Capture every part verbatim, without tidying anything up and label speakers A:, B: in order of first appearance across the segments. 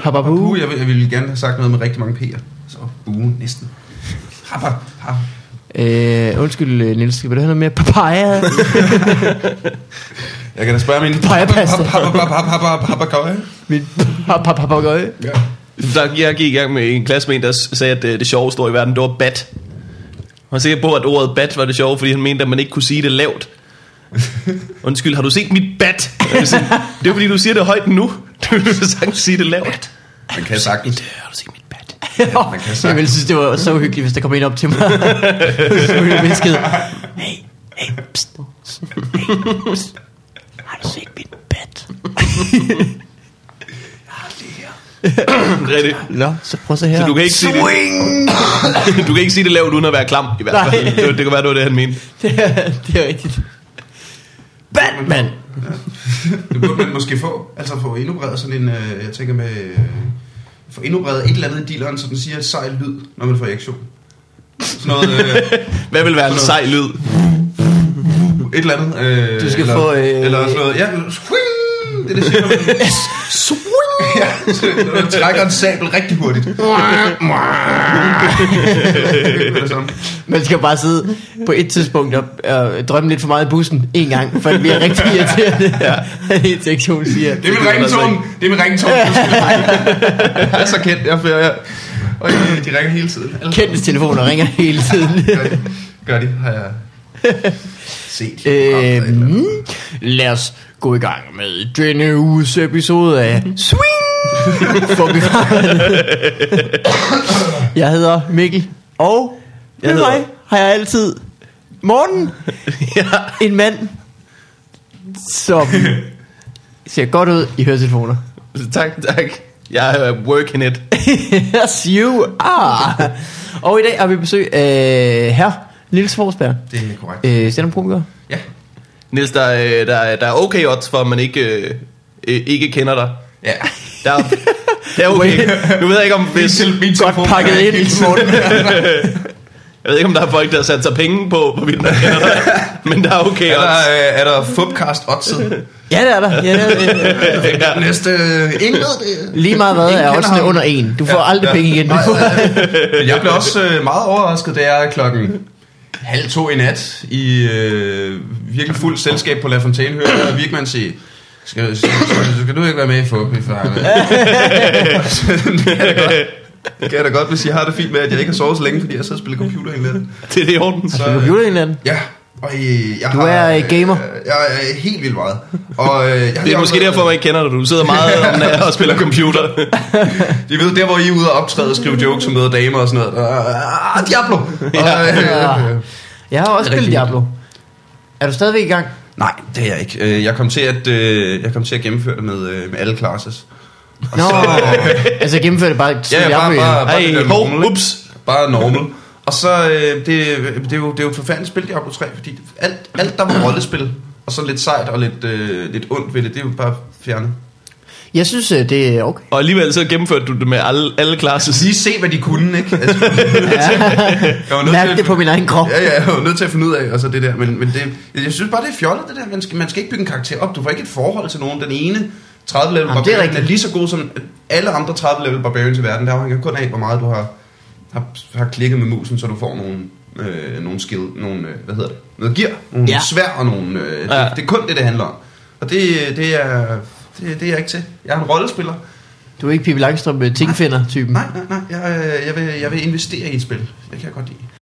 A: Hababu. Jeg, jeg ville gerne have sagt noget med rigtig mange P'er. Så bue næsten. Habba, habba.
B: Øh, undskyld, Niels, vil du have noget mere papaya?
A: Jeg kan da spørge min
B: papaya-pasta.
A: Papagøje.
B: Min papagøje.
C: Der jeg gik i gang med en klasse med en, der sagde, at det, det sjoveste ord i verden, det var bat. Han var sikker på, at ordet bat var det sjove, fordi han mente, at man ikke kunne sige det lavt. Undskyld, har du set mit bat? Det er fordi, du siger det højt nu. Du vil sagtens sige det lavt.
A: Man kan sagtens.
C: Har du set mit bat?
B: Ja, man kan jeg ville synes, det var så uhyggeligt, hvis der kom en op til mig. Så ville jeg viskede, hey, hey, pst, hey, pst. Har du set mit bat?
C: Rigtigt.
B: Nå, så prøv så her.
C: Så du kan ikke sige det. Du kan ikke sige det lavt uden at være klam i hvert fald. Det, det kan være, det var det, han mente.
B: Det er, det er rigtigt. Batman.
A: Ja. Det burde man måske få. Altså få indobredet sådan en, øh, jeg tænker med, øh, få indobredet et eller andet i dealeren, så den siger et sej lyd, når man får reaktion. Sådan noget. Øh,
C: Hvad vil være en sej lyd?
A: Et eller andet. Øh,
B: du skal
A: eller,
B: få. Øh,
A: eller sådan noget. Ja, swing. Det er det siger man.
B: Swing.
A: Ja, så man trækker en sabel rigtig hurtigt.
B: Man skal bare sidde på et tidspunkt og, og drømme lidt for meget i bussen en gang, for det bliver rigtig irriterende. Ja. En sektion siger.
A: Det er min ringetone. Det er min ringetone. Jeg er så kendt. Jeg, jeg, og de ringer hele tiden.
B: Kendtes telefoner ringer hele tiden.
A: Gør de? Gør de? Har jeg set.
B: Øhm, lad os gå i gang med denne uges episode af Swing. Jeg hedder Mikkel, og med
C: hedder...
B: mig har jeg altid Morten. Ja. En mand, som ser godt ud i høretelefoner.
C: Tak, tak. Jeg er working it.
B: Yes, you are. Og i dag har vi besøg af herr Niels Forsberg.
A: Det er korrekt.
B: øh, Stand-up-komiker.
A: Ja.
C: Niels, der, er- der, er- der er okay odds for, at man ikke, øh, ikke kender dig.
A: Ja.
C: Der er, det er okay. Nu ved jeg ikke om hvis
A: Min
B: Godt pakket ind i Morten.
C: Jeg ved ikke om der er folk der har sat sig penge på hvorvidt man kender dig. Men der er okay
A: Er der,
C: odds.
A: øh, er der Fubcast oddset?
B: Ja, det er der. Ja, det er der.
C: Ja.
A: Næste ingen ved det.
B: Lige meget hvad
A: Ingen
B: er
A: kender
B: også
A: ham.
B: under en. Du får
A: Ja,
B: aldrig
A: ja.
B: penge igen. Du
A: Nej,
B: får...
A: Men jeg blev også øh, meget overrasket, da jeg klokken halv to i nat i øh, virkelig fuld selskab på La Fontaine hørte Virkman sige, skal, skal, skal, skal du ikke være med i Fub? Det kan jeg da godt, hvis jeg har det fint med, at jeg ikke har sovet så længe, fordi jeg sidder og spiller computer hele natten.
C: Det er det i orden.
B: Så computer i landet.
A: Ja. Og øh, jeg
B: Du
A: har,
B: er, øh, gamer.
A: Jeg er helt vildt meget. Og, øh, jeg har
C: Det er måske derfor, man ikke kender dig. Du sidder meget om natten og spiller computer.
A: De ved, der hvor I er ude og optræde og skrive jokes og møder damer og sådan noget. Ah, Diablo!
C: Ja.
A: Og, øh, øh,
B: Jeg har også spillet Diablo. Er du stadigvæk i gang?
A: Nej, det er jeg ikke. Øh, Jeg kom til at, øh, jeg kom til at gennemføre det med, øh, med alle classes.
B: Nå, altså gennemfør det bare.
A: Ja, ja, bare, bare, bare,
C: Ej,
A: det der
C: hov,
A: normal, ikke?
C: ups.
A: Bare normal. Og så, øh, det, det, er jo, det er jo et forfærdeligt spil, Diablo tre, fordi alt, alt der var rollespil, og så lidt sejt og lidt, øh, lidt ondt ved det, det er jo bare fjernet.
B: Jeg synes, øh, det er okay.
C: Og alligevel så gennemførte du det med alle, alle classes.
A: Lige se, hvad de kunne, ikke? Altså, jeg var nødt
B: Mærk
A: til
B: det
A: at-
B: på min egen krop.
A: Ja, ja, jeg var nødt til at finde ud af, og så det der. Men, men det, jeg synes bare, det er fjollet, det der. Man skal, man skal ikke bygge en karakter op. Du får ikke et forhold til nogen. Den ene tredive level
B: Jamen, det er
A: barbarian er,
B: rigtigt.
A: er lige så god som alle andre tredive level barbarians i verden. Der afhænger kun af, hvor meget du har, har, har klikket med musen, så du får nogle, øh, nogle skill, nogle, øh, hvad hedder det? Noget gear, nogle
B: Ja.
A: ja. svær og nogle... Øh,
C: Ja.
A: det, det er kun det, det handler om. Og det, det, er, det, det er jeg ikke til. Jeg er en rollespiller.
B: Du er ikke Pippi Langstrøm tingfinder-typen.
A: Nej, nej, nej. Jeg, øh, jeg, vil, jeg vil investere i et spil. Det kan jeg godt lide.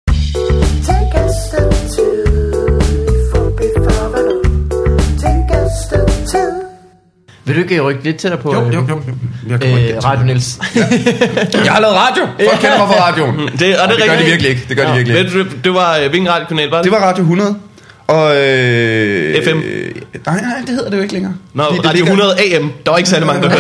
D: Take a step two before before Take a step two.
B: Vil du ikke rykke lidt tættere på
A: Jo, jo, jo. jo. Jeg kommer ikke
B: øh,
A: til
B: Radio
A: det.
B: Niels?
A: Jeg har lavet radio. Folk kender mig fra radioen.
C: Det, og det,
A: Og det gør de
C: rigtigt.
A: virkelig ikke. Det gør de virkelig ikke.
C: Ved du, det var øh, hvilken radiokanal, var det?
A: Det var Radio hundrede. Og øh,
C: F M.
A: Øh, nej, nej, det hedder det jo ikke længere.
C: Nå,
A: Fordi det
C: Radio
A: ligger-
C: hundrede A M. Der var ikke særlig mange, der hørte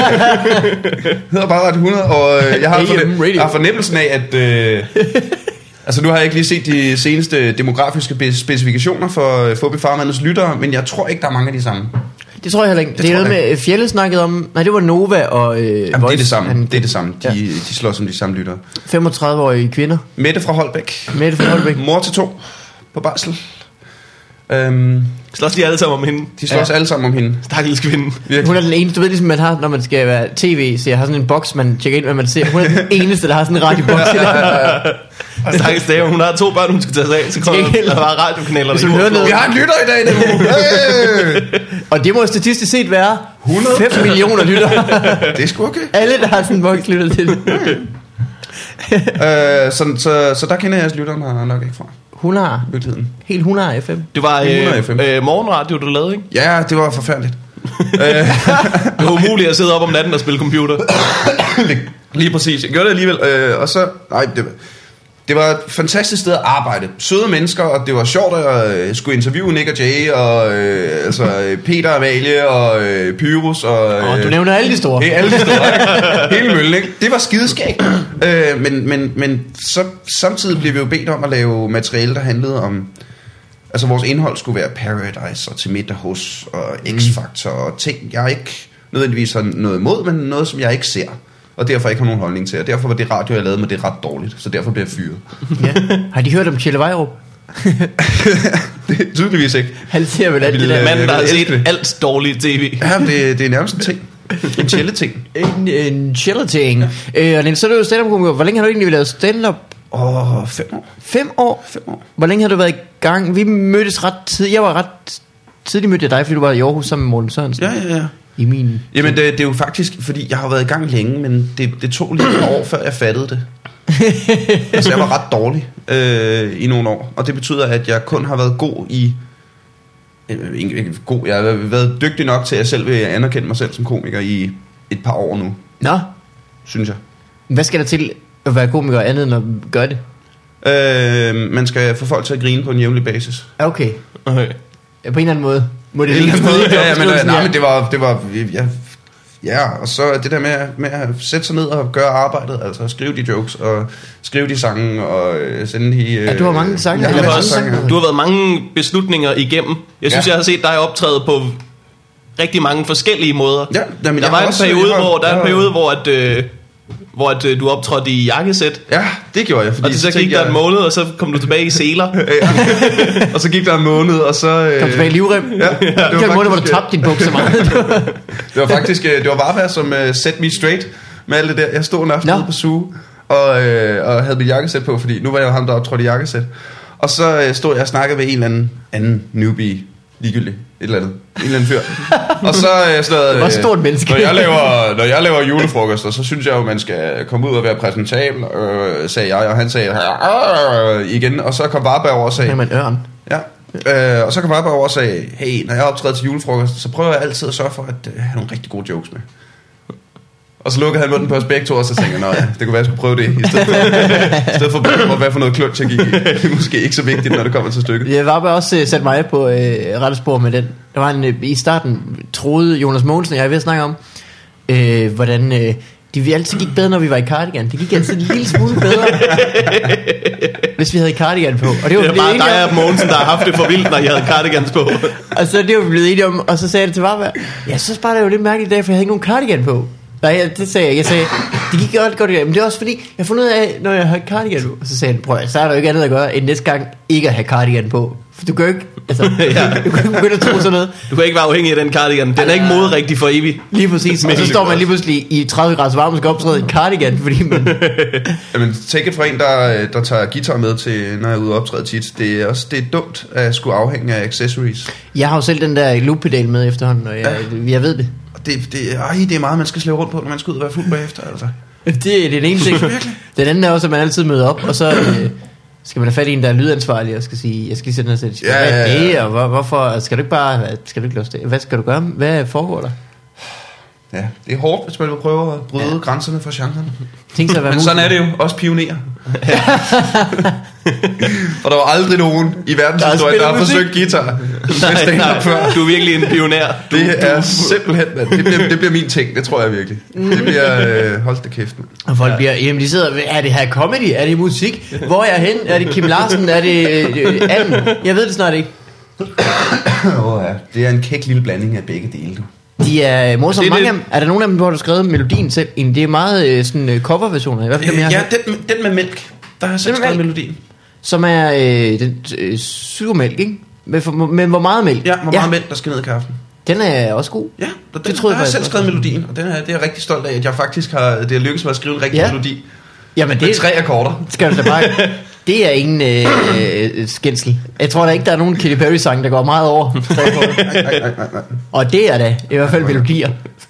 C: det.
A: Det hedder bare Radio hundrede. Og øh, jeg har,
B: A M
A: fornem-
B: radio.
A: jeg har fornemmelsen af, at... Øh, altså nu har jeg ikke lige set de seneste demografiske be- specifikationer for øh, Fubi Farmandets lyttere, men jeg tror ikke, der er mange af de samme.
B: Det tror jeg heller ikke. Det, det er
A: tror
B: noget
A: jeg
B: med Fjelle snakket om. Nej, det var Nova og øh,
A: Jamen, det er
B: Voice.
A: det samme.
B: Han-
A: Det er det samme. De,
B: Ja.
A: de slår som de samme lyttere.
B: femogtredive-årige kvinder.
A: Mette fra Holbæk.
B: Mette fra Holbæk.
A: Mor til to på barsel. Øhm,
C: Slås de alle sammen om hende?
A: de slås ja. alle sammen om hende.
C: Stakkels kvinde.
A: Virkelig.
B: Hun er den eneste, du ved ligesom man har, når man skal være tv, så jeg har sådan en boks, man tjekker ind, hvad man ser. Hun er den eneste, der har sådan en radioboks.
C: Stakkels dame, hun har to børn, hun skal tage sig af, så kommer der bare radiokanaler.
B: Hvis hun hører noget-
A: Vi har en lytter i dag, det hey!
B: Og det må statistisk set være fem millioner lytter.
A: Det er sgu okay.
B: Alle, der har sådan en boks, lytter til det.
A: øh, så, så, så der kender jeg jeres lytter mig nok ikke fra.
B: Hun har
A: I virkeligheden.
B: helt hundrede F M.
C: Det var
A: hundrede
C: øh,
A: F M.
C: øh, morgenradio, du lavede, ikke?
A: Ja, det var forfærdeligt.
C: Det var umuligt at sidde op om natten og spille computer.
A: Lige præcis. Jeg gjorde det alligevel. Øh, og så... Nej, det var... Det var et fantastisk sted at arbejde. Søde mennesker, og det var sjovt at øh, skulle interviewe Nick og Jay, og øh, altså, Peter og Amalie, og øh, Pyrus, og... Øh,
B: Og du nævner alle de store.
A: det er alle de store, ikke? Hele møllen, ikke? Det var skideskægt. øh, men, men, men så samtidig blev vi jo bedt om at lave materiale, der handlede om... Altså vores indhold skulle være Paradise, og Til middag hos, og X-Factor, og ting, jeg ikke nødvendigvis har noget imod, men noget, som jeg ikke ser. Og derfor ikke har nogen holdning til. Og derfor var det radio, jeg lavede med det ret dårligt. Så derfor blev jeg fyret.
B: Ja. Har de hørt om Tjelle Vejrup?
A: Det er tydeligvis ikke.
B: Han ser vel alt det
A: Ville-
B: der.
C: Manden, der har
A: jeg
C: set
A: elsker det.
C: alt dårligt tv.
A: Ja, det, det er nærmest en ting. En tjelle-ting.
B: En, en chiller-ting. Øh, og Niels, så er du jo stand-up-komiker. Hvor længe har du egentlig lavet stand-up?
A: Åh, oh, fem år.
B: Fem år?
A: Fem år.
B: Hvor længe har du været i gang? Vi mødtes ret tidligt. Jeg var ret tidligt mødte jeg dig, fordi du var i Aarhus sammen med Morten Sørensen.
A: Ja, ja, ja.
B: I min...
A: Jamen, det, det er jo faktisk, fordi jeg har været i gang længe, men det, det tog lige et år, før jeg fattede det. Altså, jeg var ret dårlig øh, i nogle år. Og det betyder, at jeg kun har været god i... Øh, ikke, ikke god, jeg har været dygtig nok til, at jeg selv vil anerkende mig selv som komiker i et par år nu,
B: Nå,
A: synes jeg.
B: hvad skal der til at være komiker andet end at gøre det?
A: Øh, man skal få folk til at grine på en jævnlig basis.
B: Okay.
C: Okay.
B: Ja, på en eller anden måde. Må det
A: Det er
B: ligge
A: en måde, ja, ja, men,
B: ja,
A: nej, men det var, det var ja, ja, og så det der med, at- med at sætte sig ned og gøre arbejdet, altså skrive de jokes, og skrive de sange, og øh, sende de... Øh,
B: Ja, du har mange sange.
A: Jeg har
B: Eller
A: masser af
B: mange
A: sange.
B: sange.
C: Du har været mange beslutninger igennem. Jeg synes,
A: Ja.
C: jeg har set dig optræde på rigtig mange forskellige måder.
A: Ja, jamen,
C: der
A: jeg
C: var
A: har
C: en
A: også-
C: periode,
A: jeg har-
C: hvor der er
A: jeg
C: en
A: har-
C: periode, hvor at, øh, hvor at, øh, du optrådte i jakkesæt.
A: Ja, det gjorde jeg. Fordi
C: Og det, så
A: tænkte
C: gik der
A: jeg-
C: en måned, og så kom du tilbage i seler.
A: og så gik der en måned, og så... Øh,
B: Kom tilbage i livrem.
A: Ja,
B: Det var en måde, hvor du
A: faktisk,
B: tabte din bukser meget.
A: det var faktisk øh, det var Varberg, som uh, set me straight med alt det der. Jeg stod en aften
B: Nå.
A: ude på Zoo, og, øh, og havde mit jakkesæt på, fordi nu var jeg jo ham, der optrådte i jakkesæt. Og så øh, stod jeg og snakkede med en eller anden, anden newbie, ligegyldig, et eller andet, en eller anden fyr. Og så øh, sådan noget,
B: Det var et stort menneske.
A: Når jeg laver, når jeg laver julefrokoster, så synes jeg jo, man skal komme ud og være præsentabel, øh, sagde jeg, og han sagde øh, igen, og så kom Varberg over og sagde,
B: Jamen, ørn.
A: ja, øh, og så kom Varberg over og sagde, hey, når jeg optræder til julefrokost, så prøver jeg altid at sørge for at øh, have nogle rigtig gode jokes med. Og så lukkede han munden på os begge to, og så tænkte jeg, nå ja, det kunne være, jeg skulle prøve det, i stedet for, i stedet for at hvad for noget klunch jeg gik i. Det er måske ikke så vigtigt, når det kommer til stykket.
B: Jeg var bare også uh, sat mig på uh, rette spor med den. Der var en, uh, i starten troede Jonas Mogensen, og jeg er ved at snakke om, uh, hvordan uh, de vi altid gik bedre, når vi var i cardigan. Det gik altid en lille smule bedre, hvis vi havde cardigan på. Og det var
C: Det er
B: vi blevet
C: bare
B: enige
C: dig
B: om.
C: og Mogensen, der har haft det for vildt, når I havde cardigans på.
B: Og så det var vi blevet enige om, og så sagde jeg det til Varberg. Jeg synes bare, det var lidt mærkeligt i dag, for jeg havde ikke nogen cardigan på. Nej, jeg- det sagde jeg. Jeg sagde, det gik godt, godt i dag. Men det er også fordi, jeg har fundet ud af, når jeg har cardigan på. Og så sagde han, prøv at, så er der jo ikke andet at gøre, end næste gang ikke at have cardigan på. For du kan jo ikke, altså,
C: Ja.
B: du kan ikke begynde at tro sådan noget.
C: Du kan ikke være afhængig af den cardigan. Den er ikke moderigtig for evigt.
B: Lige præcis. Og så står man lige pludselig i tredive graders varme og skal optræde i en cardigan, fordi man...
A: Jamen, take it fra en, der, der tager guitar med til, når jeg er ude og optræde tit. Det er også det er dumt at skulle afhænge af accessories.
B: Jeg har jo selv den der loop-pedal med efterhånden, og jeg, jeg ved det.
A: Og det, det, ej, det er meget, man skal slæve rundt på, når man skal ud og være fuld bagefter, altså.
B: Det, det er den ene ting. Den anden er også, at man altid møder op, og så øh, skal man have fat i en, der er lydansvarlig, og skal sige, jeg skal lige sætte ned og sætte,
A: Ja,
B: hvad er
A: ja, ja.
B: det, og hvor, hvorfor, skal du ikke bare, hvad, skal du ikke låse det? Hvad skal du gøre? Hvad foregår der?
A: Ja, det er hårdt, hvis man vil prøve at bryde ja. grænserne for genren.
B: Tænk sig at være
A: Men sådan er
B: musiker.
A: det jo, også pionerer. For der var aldrig nogen i verdenshistorien, der har forsøgt guitar med stand-up før.
C: Du er virkelig en pioner. Du,
A: Det er
C: du,
A: simpelthen, man. Det bliver, det bliver min ting, det tror jeg virkelig. Det bliver, øh, hold da kæft, man.
B: Og folk bliver, jamen de sidder, er det her comedy? Er det musik? Hvor er jeg hen? Er det Kim Larsen? Er det øh, anden? Jeg ved det snart ikke.
A: Oh, ja. Det er en kæk lille blanding af begge dele, du.
B: De er morsomme.
C: Det er
B: Mange
C: det-
B: af dem, er der nogen af dem, hvor du har skrevet melodien selv? Det er meget øh, sådan øh, coverversioner, i hvert fald dem, jeg har
A: Ja,
B: hørt.
A: den, den med mælk, der har jeg selv
B: Den med
A: skrevet
B: mælk?
A: melodien.
B: Som er øh, den øh, surmælk, ikke? Men, for, men hvor meget mælk?
A: Ja, hvor meget ja. mælk, der skal ned i kaffen.
B: Den er også god.
A: Ja, og
B: det
A: den,
B: troede
A: jeg har
B: jeg
A: selv
B: faktisk
A: skrevet melodien, og den er, det er jeg rigtig stolt af, at jeg faktisk har, det har lykkes mig at skrive en rigtig
B: ja.
A: melodi.
B: Jamen det
A: med tre akkorder.
B: Skal du da bare... Det er ingen øh, øh, skændsel. Jeg tror da ikke, der er nogen Katy Perry-sang, der går meget over.
A: nej, nej, nej, nej.
B: Og det er da i hvert fald melodier.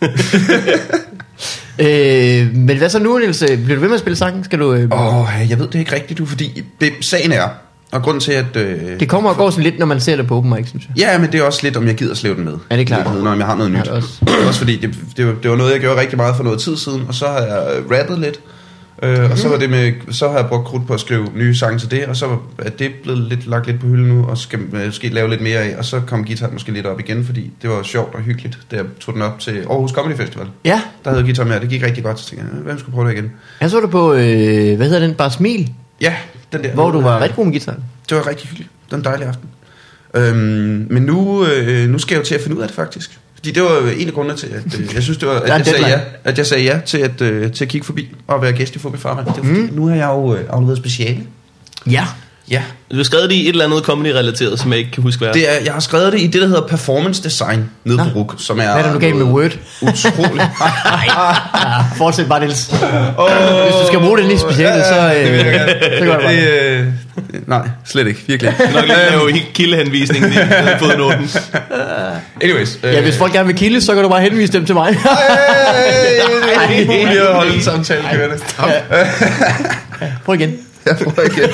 B: øh, men hvad så nu, Niels? Bliver du ved med at spille sangen? Skal du... Åh, øh...
A: oh, jeg ved det ikke rigtigt, du, fordi det, sagen er, og grunden til, at... Øh,
B: det kommer og går sådan lidt, når man ser det på open mic, synes jeg.
A: Ja, men det er også lidt, om jeg gider slæve den med.
B: Ja, det er klart.
A: Når jeg har noget nyt. Ja, det er også. også fordi, det, det, var, det var noget, jeg gjorde rigtig meget for noget tid siden, og så har jeg rappet lidt. Øh, og så var det med, så har jeg brugt krudt på at skrive nye sange til det, og så er det blevet lidt lagt lidt på hylden nu, og skal måske lave lidt mere af, og så kom guitar måske lidt op igen, fordi det var sjovt og hyggeligt, da jeg tog den op til Aarhus Comedy Festival. Ja. Der havde guitar med, og det gik rigtig godt, så tænkte jeg, hvem skulle prøve det igen?
B: Jeg så det på, øh, hvad hedder den, Bare Smil?
A: Ja, den der.
B: Hvor du var rigtig god med guitar.
A: Det var rigtig hyggeligt, det var en dejlig aften. Øhm, men nu, øh, nu skal jeg jo til at finde ud af det faktisk. Fordi det var en af grundene til, at øh, jeg synes, det var, at, jeg sagde ja, at jeg sagde ja til at, øh, til at kigge forbi og være gæst i Fubi Farvand. Det var, mm. Nu har jeg jo øh, afleveret speciale.
B: Ja.
A: Ja.
C: Du har skrevet det i et eller andet comedy-relateret, som jeg ikke kan huske hvad.
A: Det er, jeg har skrevet det i det, der hedder performance design nede på R U K, som er...
B: Hvad er der nu galt med Word?
A: Utroligt.
B: Nej, ja, fortsæt bare, Niels. Oh, hvis du skal bruge det lige specielt, så, øh, det så gør det bare.
A: Det, øh, nej, slet ikke. Virkelig.
C: Du nok lige lave kildehenvisningen i fodnoten.
A: Anyways.
B: Øh, ja, hvis folk gerne vil kilde, så kan du bare henvise dem til mig.
A: Hey, det er muligt at holde en samtale kørende.
B: Prøv igen.
A: Jeg prøver igen.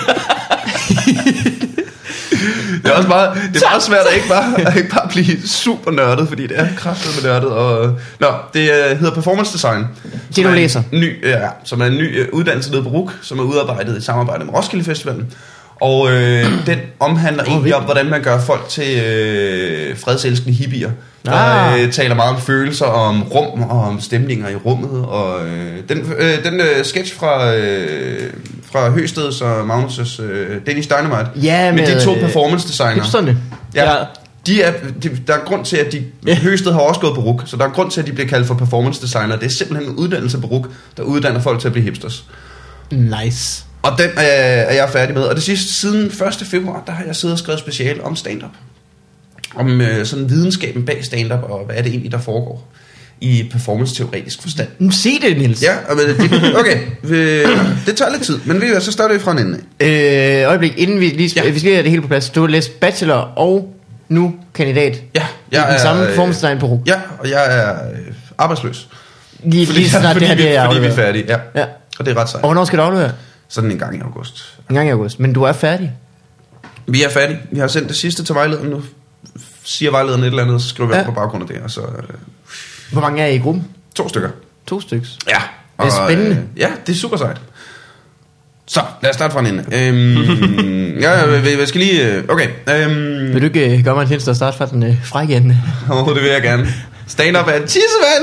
A: Det er også meget, det er meget svært at ikke bare, at ikke bare blive super nørdet, fordi det er kraftigt med nørdet. Og, nå, det hedder performance design.
B: Det du læser.
A: Ny, ja, som er en ny uddannelse nede på R U K, som er udarbejdet i samarbejde med Roskilde Festivalen. Og øh, den omhandler oh, egentlig om, hvordan man gør folk til øh, fredselskende hippier. Der ah. øh, taler meget om følelser, om rum og om stemninger i rummet. Og øh, den, øh, den øh, sketch fra, øh, fra Høsteds og Magnus' øh, Dennis Dynamite,
B: ja,
A: med, med de to performance designere.
B: Hipsterne.
A: Ja. Ja. De er, de, der er grund til, at de... Ja. Høsted har også gået på R U K, så der er grund til, at de bliver kaldt for performance designer. Det er simpelthen en uddannelse på R U K, der uddanner folk til at blive hipsters.
B: Nice.
A: Og den er, er jeg færdig med. Og det sidste, siden første februar, der har jeg siddet og skrevet special om stand-up. Om øh, sådan videnskaben bag stand-up, og hvad er det egentlig, der foregår i performance-teoretisk forstand.
B: Nu sig det, Niels.
A: Ja, men det, okay. Det tager lidt tid, men vi, så starter vi fra en ende
B: af. Øh, øjeblik, inden vi lige, ja. vi skal lige have det hele på plads. Du har læst bachelor og nu kandidat.
A: Ja.
B: Jeg i den samme performance design på R U K.
A: Ja, og jeg er arbejdsløs.
B: Lige,
A: fordi,
B: lige snart
A: fordi,
B: det her, det er
A: fordi vi er færdige, ja.
B: ja.
A: Og det er ret sejt.
B: Og hvornår skal du aflevere?
A: Sådan en gang i august.
B: En gang i august, men du er færdig?
A: Vi er færdige. Vi har sendt det sidste til vejlederen nu. Siger vejlederen et eller andet, så skriver vi ja. på baggrund af det. Og så, øh...
B: Hvor mange er I i gruppen?
A: To stykker.
B: To stykker?
A: Ja.
B: Og, det er spændende.
A: Øh, ja, det er super sejt. Så, lad os starte fra en ende. Øhm, ja, jeg, jeg skal lige... Okay. Øhm,
B: vil du ikke uh, gøre mig en tjeneste at starte fra den uh, frække ende?
A: Åh, oh, det vil jeg gerne. Stand-up er en tissemand.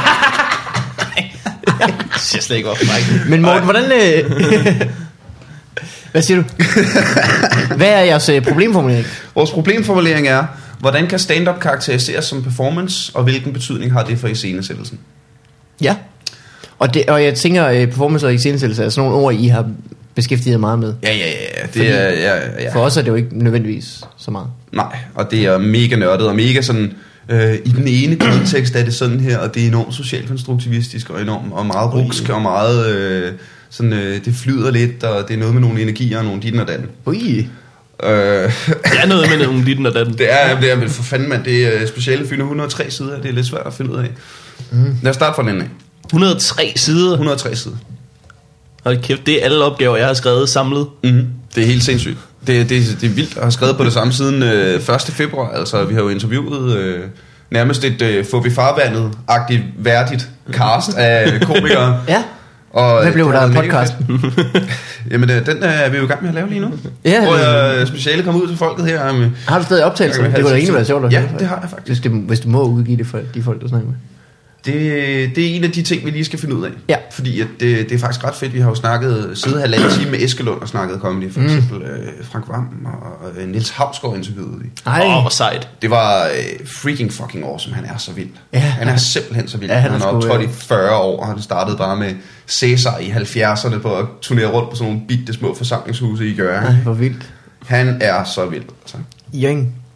C: Jeg siger slet ikke, hvor fræk.
B: Men Morten, hvordan... Uh, hvad siger du? Hvad er jeres uh, problemformulering?
A: Vores problemformulering er, hvordan kan stand-up karakteriseres som performance, og hvilken betydning har det for iscenesættelsen?
B: Ja. Og, det, og jeg tænker, uh, performance og iscenesættelse er sådan nogle ord, I har beskæftiget jer meget med.
A: Ja, ja, ja. Det Fordi, er, ja, ja.
B: For os er det jo ikke nødvendigvis så meget.
A: Nej, og det er mega nørdet, og mega sådan... Øh, I den ene kontekst er det sådan her, og det er enormt socialkonstruktivistisk, og enormt og meget ruksk, og meget... Øh, sådan, øh, det flyder lidt, og det er noget med nogle energier og nogle ditten og datten.
B: Ui.
A: Øh,
C: det er noget med nogle ditten og datten.
A: Det er, det er for fanden, mand. Det er speciale fylder et hundrede og tre sider. Det er lidt svært at finde ud af. Mm. Lad os starte fra den af.
C: et hundrede og tre sider?
A: et hundrede og tre sider.
C: Hold kæft, det er alle opgaver, jeg har skrevet samlet.
A: Mm-hmm. Det er helt sindssygt. Det, det, det er vildt at have skrevet på det samme siden øh, første februar. Altså, vi har jo interviewet... Øh, nærmest et øh, Fubi Farvandet-agtigt værdigt cast af komikere.
B: Ja.
A: Og
B: hvad blev der af podcasten?
A: Jamen, den er vi jo i gang med at lave lige nu.
B: Ja,
A: hvor jeg speciale kommer ud til folket her. Med,
B: har du stadig optagelser? Det kunne da egentlig være sjovt at
A: ja,
B: høre.
A: Ja, det har jeg faktisk.
B: Hvis, det, hvis du må udgive det for de folk, du snakker med.
A: Det, det er en af de ting, vi lige skal finde ud af.
B: Ja.
A: Fordi at det, det er faktisk ret fedt. Vi har jo snakket, siddet halvanden time med Eskelund og snakket comedy. For mm. eksempel øh, Frank Vam og øh, Niels Hausgaard interviewede vi.
C: Ej, oh, hvor sejt.
A: Det var øh, freaking fucking awesome. Han er så vild.
B: Ja,
A: han er simpelthen så vild.
B: Ja, han,
A: han har optrådt i fyrre år, og han startede bare med Cæsar i halvfjerdserne på at turnere rundt på sådan nogle bitte små forsamlingshuse i Hjørring.
B: Ej, hvor vildt.
A: Han er så vild. Altså.
B: Hjørring.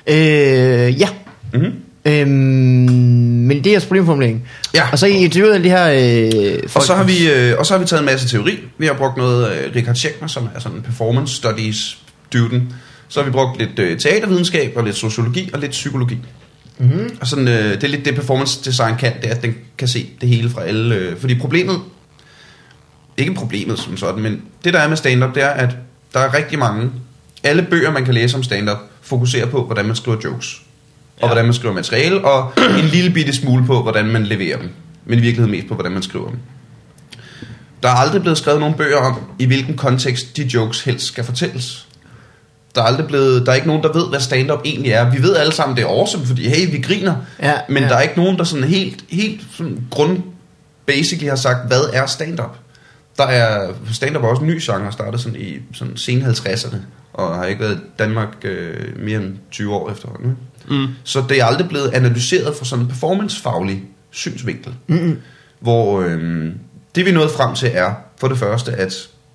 B: Øh, ja.
A: Mm-hmm.
B: Øhm, men det er problemformulering.
A: Ja.
B: Og så i interviewet alle de her øh, folk.
A: Og så har vi øh, og så har vi taget en masse teori. Vi har brugt noget øh, Richard Schechner, som er sådan en performance studies duden. Så har vi brugt lidt øh, teatervidenskab og lidt sociologi og lidt psykologi. Mm-hmm. Og sådan øh, det er lidt det performance design kan, det er at den kan se det hele fra alle. Øh, fordi problemet, ikke problemet som sådan, men det der er med stand-up, det er at der er rigtig mange. Alle bøger man kan læse om stand-up fokuserer på hvordan man skriver jokes. Og hvordan man skriver materiale, og en lille bitte smule på, hvordan man leverer dem. Men i virkeligheden mest på, hvordan man skriver dem. Der er aldrig blevet skrevet nogle bøger om, i hvilken kontekst de jokes helst skal fortælles. Der er aldrig blevet, der er ikke nogen, der ved, hvad stand-up egentlig er. Vi ved alle sammen, det er awesome, fordi hey, vi griner.
B: Ja,
A: men
B: ja.
A: der er ikke nogen, der sådan helt, helt sådan grund, basically har sagt, hvad er stand-up? Der er, stand-up er også en ny genre, startet sådan i sådan sen halvtredserne, og har ikke været i Danmark øh, mere end tyve år efterhånden. Mm. Så det er aldrig blevet analyseret fra sådan en performancefaglig synsvinkel. Mm-hmm. Hvor øh, det vi nåede frem til er, for det første, at,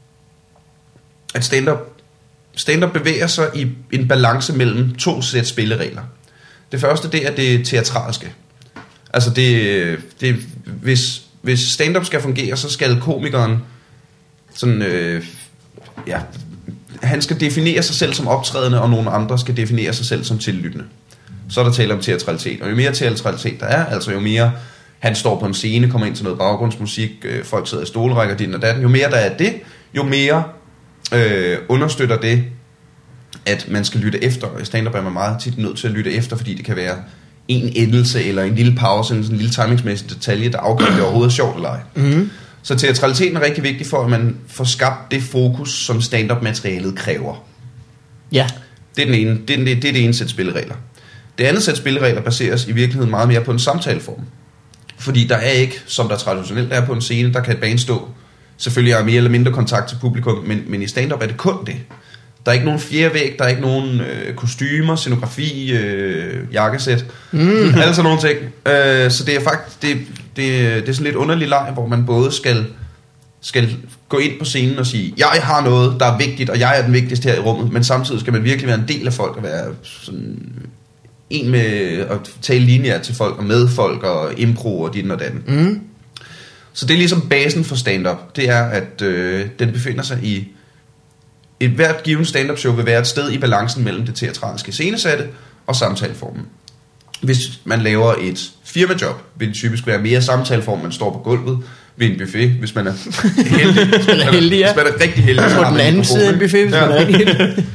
A: at stand-up, stand-up bevæger sig i en balance mellem to sæt spilleregler. Det første, det er det teatralske. Altså det, det hvis, hvis stand-up skal fungere, så skal komikeren sådan, øh, ja, han skal definere sig selv som optrædende, og nogle andre skal definere sig selv som tillyttende. Så er der tale om teatralitet. Og jo mere teatralitet der er, altså jo mere han står på en scene, kommer ind til noget baggrundsmusik, øh, folk sidder i stolrækker, din og datten, jo mere der er det, jo mere øh, understøtter det, at man skal lytte efter. Og i stand-up er man meget tit nødt til at lytte efter, fordi det kan være en endelse, eller en lille pause, en sådan lille timingsmæssig detalje, der afgør, det overhovedet er sjovt eller ej. Mm-hmm. Så teatraliteten er rigtig vigtig for, at man får skabt det fokus, som stand-up-materialet kræver.
B: Ja.
A: Det er, den ene, det, er den, det er det ene sæt spilleregler. Det andet sæt spilleregler baseres i virkeligheden meget mere på en samtaleform. Fordi der er ikke, som der traditionelt er på en scene, der kan et band stå. Selvfølgelig er mere eller mindre kontakt til publikum, men, men i stand-up er det kun det. Der er ikke nogen fjerde væg, der er ikke nogen øh, kostymer, scenografi, øh, jakkesæt, mm. alle sådan nogle ting. Øh, så det er faktisk det, det, det er sådan lidt underlig leg, hvor man både skal, skal gå ind på scenen og sige, jeg har noget, der er vigtigt, og jeg er den vigtigste her i rummet, men samtidig skal man virkelig være en del af folk og være sådan en med at tale linjer til folk og med folk og impro og dit og datten. Mm. Så det er ligesom basen for stand-up. Det er, at øh, den befinder sig i et hvert givet stand-up show vil være et sted i balancen mellem det teatralske scenesatte og samtaleformen. Hvis man laver et firmajob, vil det typisk være mere samtaleform, man står på gulvet ved en buffet, hvis man er heldig.
B: Hvis man er heldig, ja.
A: Hvis man er rigtig heldig.
B: På den anden side af en buffet, hvis ja. man er rigtig heldig.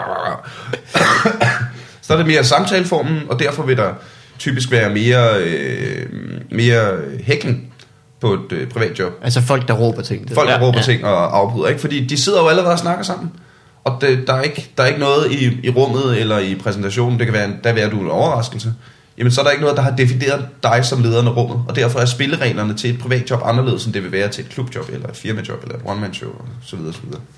A: Så er det mere samtaleformen, og derfor vil der typisk være mere, øh, mere hækling på et øh, privat job.
B: Altså folk, der råber ting.
A: Folk, der
B: ja,
A: råber
B: ja.
A: ting og afbryder, ikke? Fordi de sidder jo allerede og snakker sammen. Og det, der, er ikke, der er ikke noget i, i rummet eller i præsentationen, det kan være, der vil du en overraskelse. Jamen så er der ikke noget, der har defineret dig som lederen af rummet. Og derfor er spillereglerne til et privat job anderledes, end det vil være til et klubjob, eller et firmajob, eller et one-man-show, og så videre, så videre.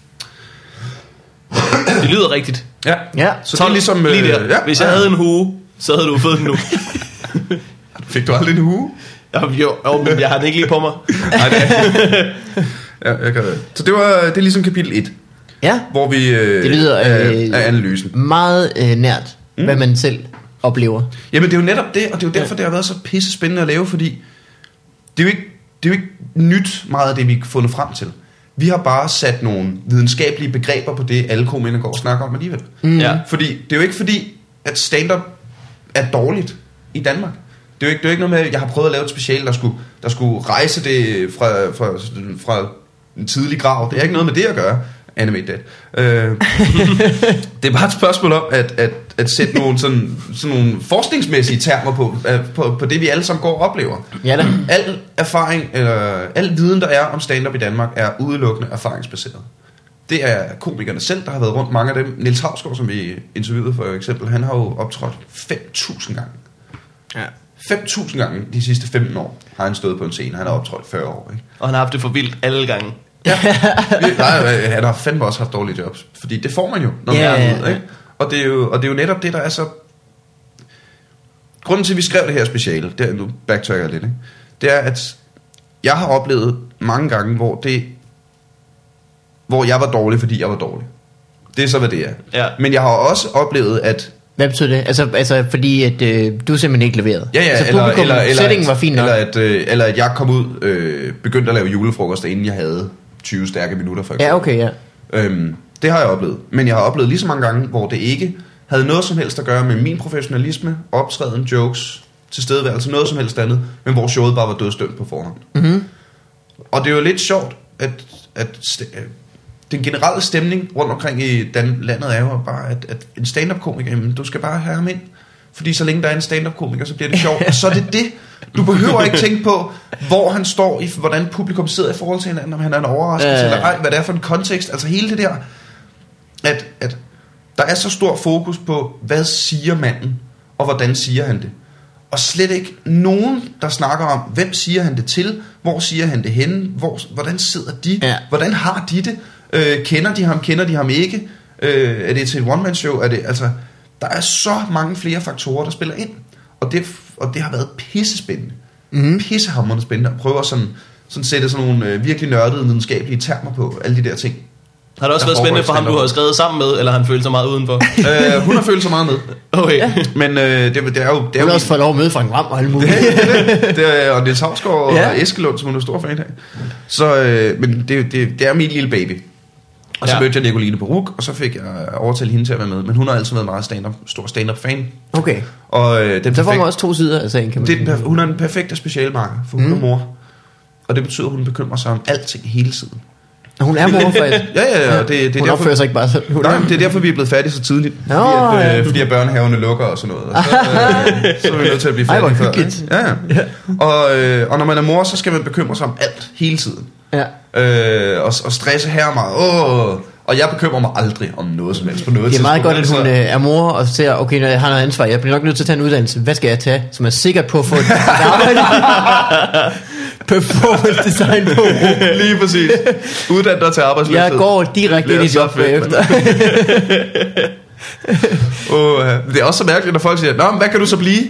C: Det lyder rigtigt.
A: Ja,
B: ja.
A: Så det er ligesom...
C: Lige der.
A: Øh, ja.
C: Hvis jeg havde en hue, så havde du fået den nu.
A: Fik du aldrig en hue?
C: Jo, jo, jo, men jeg har den ikke lige på mig.
A: Nej, det er ja, jeg kan det. Så det var det er ligesom kapitel et.
B: Ja.
A: Hvor vi øh,
B: det lyder
A: af,
B: øh,
A: af analysen.
B: Meget øh, nært, mm. hvad man selv oplever.
A: Jamen det er jo netop det, og det er jo derfor, ja. det har været så pisse spændende at lave, fordi det er jo ikke, det er jo ikke nyt meget af det, vi har fundet frem til. Vi har bare sat nogle videnskabelige begreber på det, alle komikere går og snakker om alligevel.
B: Mm.
C: Ja.
A: Fordi det er jo ikke fordi, at stand-up er dårligt i Danmark. Det er jo ikke, det er jo ikke noget med, at jeg har prøvet at lave et special, der skulle, der skulle rejse det fra, fra, fra en tidlig grav. Det er ikke noget med det at gøre. Animate that. Øh, det er bare et spørgsmål om at, at, at sætte nogle, sådan, sådan nogle forskningsmæssige termer på, på, på det, vi alle sammen går og oplever.
B: Ja da.
A: Al erfaring, eller al viden, der er om stand-up i Danmark, er udelukkende erfaringsbaseret. Det er komikerne selv, der har været rundt. Mange af dem. Niels Hausgaard, som vi interviewede for eksempel, han har jo optrådt fem tusind gange.
B: Ja.
A: fem tusind gange de sidste femten år har han stået på en scene. Han har optrådt fyrre år, ikke?
C: Og han har haft det for vildt alle gange.
A: Ja. Nej, han har fandme også haft dårlige jobs. Fordi det får man jo, når man
B: yeah,
A: er ude, ikke? Og det er jo, og det er jo netop det, der er så... Grunden til, at vi skrev det her speciale, det er, nu backtracker jeg lidt, ikke? Det er, at jeg har oplevet mange gange, hvor det... Hvor jeg var dårlig, fordi jeg var dårlig. Det er så, hvad det er.
C: Ja.
A: Men jeg har også oplevet, at
B: Hvad betyder det? Altså, altså fordi at øh, du simpelthen ikke leverede.
A: Ja, ja,
B: altså,
A: eller,
B: publikum,
A: eller, eller,
B: settingen var fin nok.
A: eller, at, øh, eller at jeg kom ud, øh, begyndte at lave julefrokoster, inden jeg havde tyve stærke minutter, for eksempel.
B: Ja, okay, ja.
A: Øhm, det har jeg oplevet. Men jeg har oplevet lige så mange gange, hvor det ikke havde noget som helst at gøre med min professionalisme, optræden, jokes, tilstedeværelse, noget som helst andet, men hvor showet bare var dødsdømt på forhånd.
B: Mm-hmm.
A: Og det er jo lidt sjovt, at, at st- den generelle stemning rundt omkring i dan- landet er jo bare, at, at en stand-up-komiker, jamen, du skal bare have ham ind. Fordi så længe der er en stand-up-komiker, så bliver det sjovt. Og så er det det. Du behøver ikke tænke på, hvor han står, i hvordan publikum sidder i forhold til hinanden, om han er en overraskelse,
B: øh.
A: eller ej, hvad det er for en kontekst. Altså hele det der, at, at der er så stor fokus på, hvad siger manden, og hvordan siger han det. Og slet ikke nogen, der snakker om, hvem siger han det til, hvor siger han det henne, hvor, hvordan sidder de,
B: ja. Hvordan
A: har de det, øh, kender de ham, kender de ham ikke, øh, er det til et one-man-show, er det, altså, der er så mange flere faktorer, der spiller ind, og det, og det har været pissespændende, mm-hmm. pissehamrende spændende, at prøve at sådan, sådan sætte sådan nogle øh, virkelig nørdede videnskabelige termer på alle de der ting.
C: Har det også været spændende for ham, du har skrevet sammen med, eller har han følt sig meget udenfor?
A: øh, hun har følt sig meget med.
C: Okay. Ja.
A: Men øh, det, det er jo... Det er
B: hun har
A: jo
B: også fået lov at møde Frank Hvam og alle mulige.
A: det, det, det er, og Niels Hausgaard ja. og Eskelund, som hun er stor fan af. Så, øh, men det, det, det er min lille baby. Og så ja. mødte jeg Nicoline Baruch, og så fik jeg overtalt hende til at være med. Men hun har altid været meget stand-up, stor stand-up-fan.
B: Okay.
A: Og, øh, den
B: så får man også to sider af sagen, kan man
A: det er den, hun er den perfekte specialmarker, for hun mm. er mor. Og det betyder, at hun bekymrer sig om alting hele tiden.
B: Hun er mor, faktisk.
A: ja, ja, ja. Det, det er
B: hun
A: derfor,
B: opfører sig ikke bare sådan.
A: Nej, det er derfor, vi er blevet færdige så tidligt.
B: Nå,
A: fordi, at,
B: ja.
A: øh, fordi at børnehaverne lukker og sådan noget. Og så, øh, så er vi nødt til at blive færdige før. Ja, ja. Og, øh, og når man er mor, så skal man bekymre sig om alt hele tiden.
B: Ja.
A: Øh, og, og stresse her meget. Åh, og jeg bekymrer mig aldrig om noget som helst på noget
B: tidspunkt. Det er meget
A: tidspunkt.
B: godt, at hun øh, er mor og ser, okay, når jeg har noget ansvar, jeg bliver nok nødt til at tage en uddannelse. Hvad skal jeg tage, som er sikkert på at få et arbejde? Performance design på.
A: Lige præcis. Uddann dig til arbejdsløshed.
B: Jeg går direkte ind i job bagefter.
A: uh, det er også så mærkeligt, når folk siger, nå, hvad kan du så blive?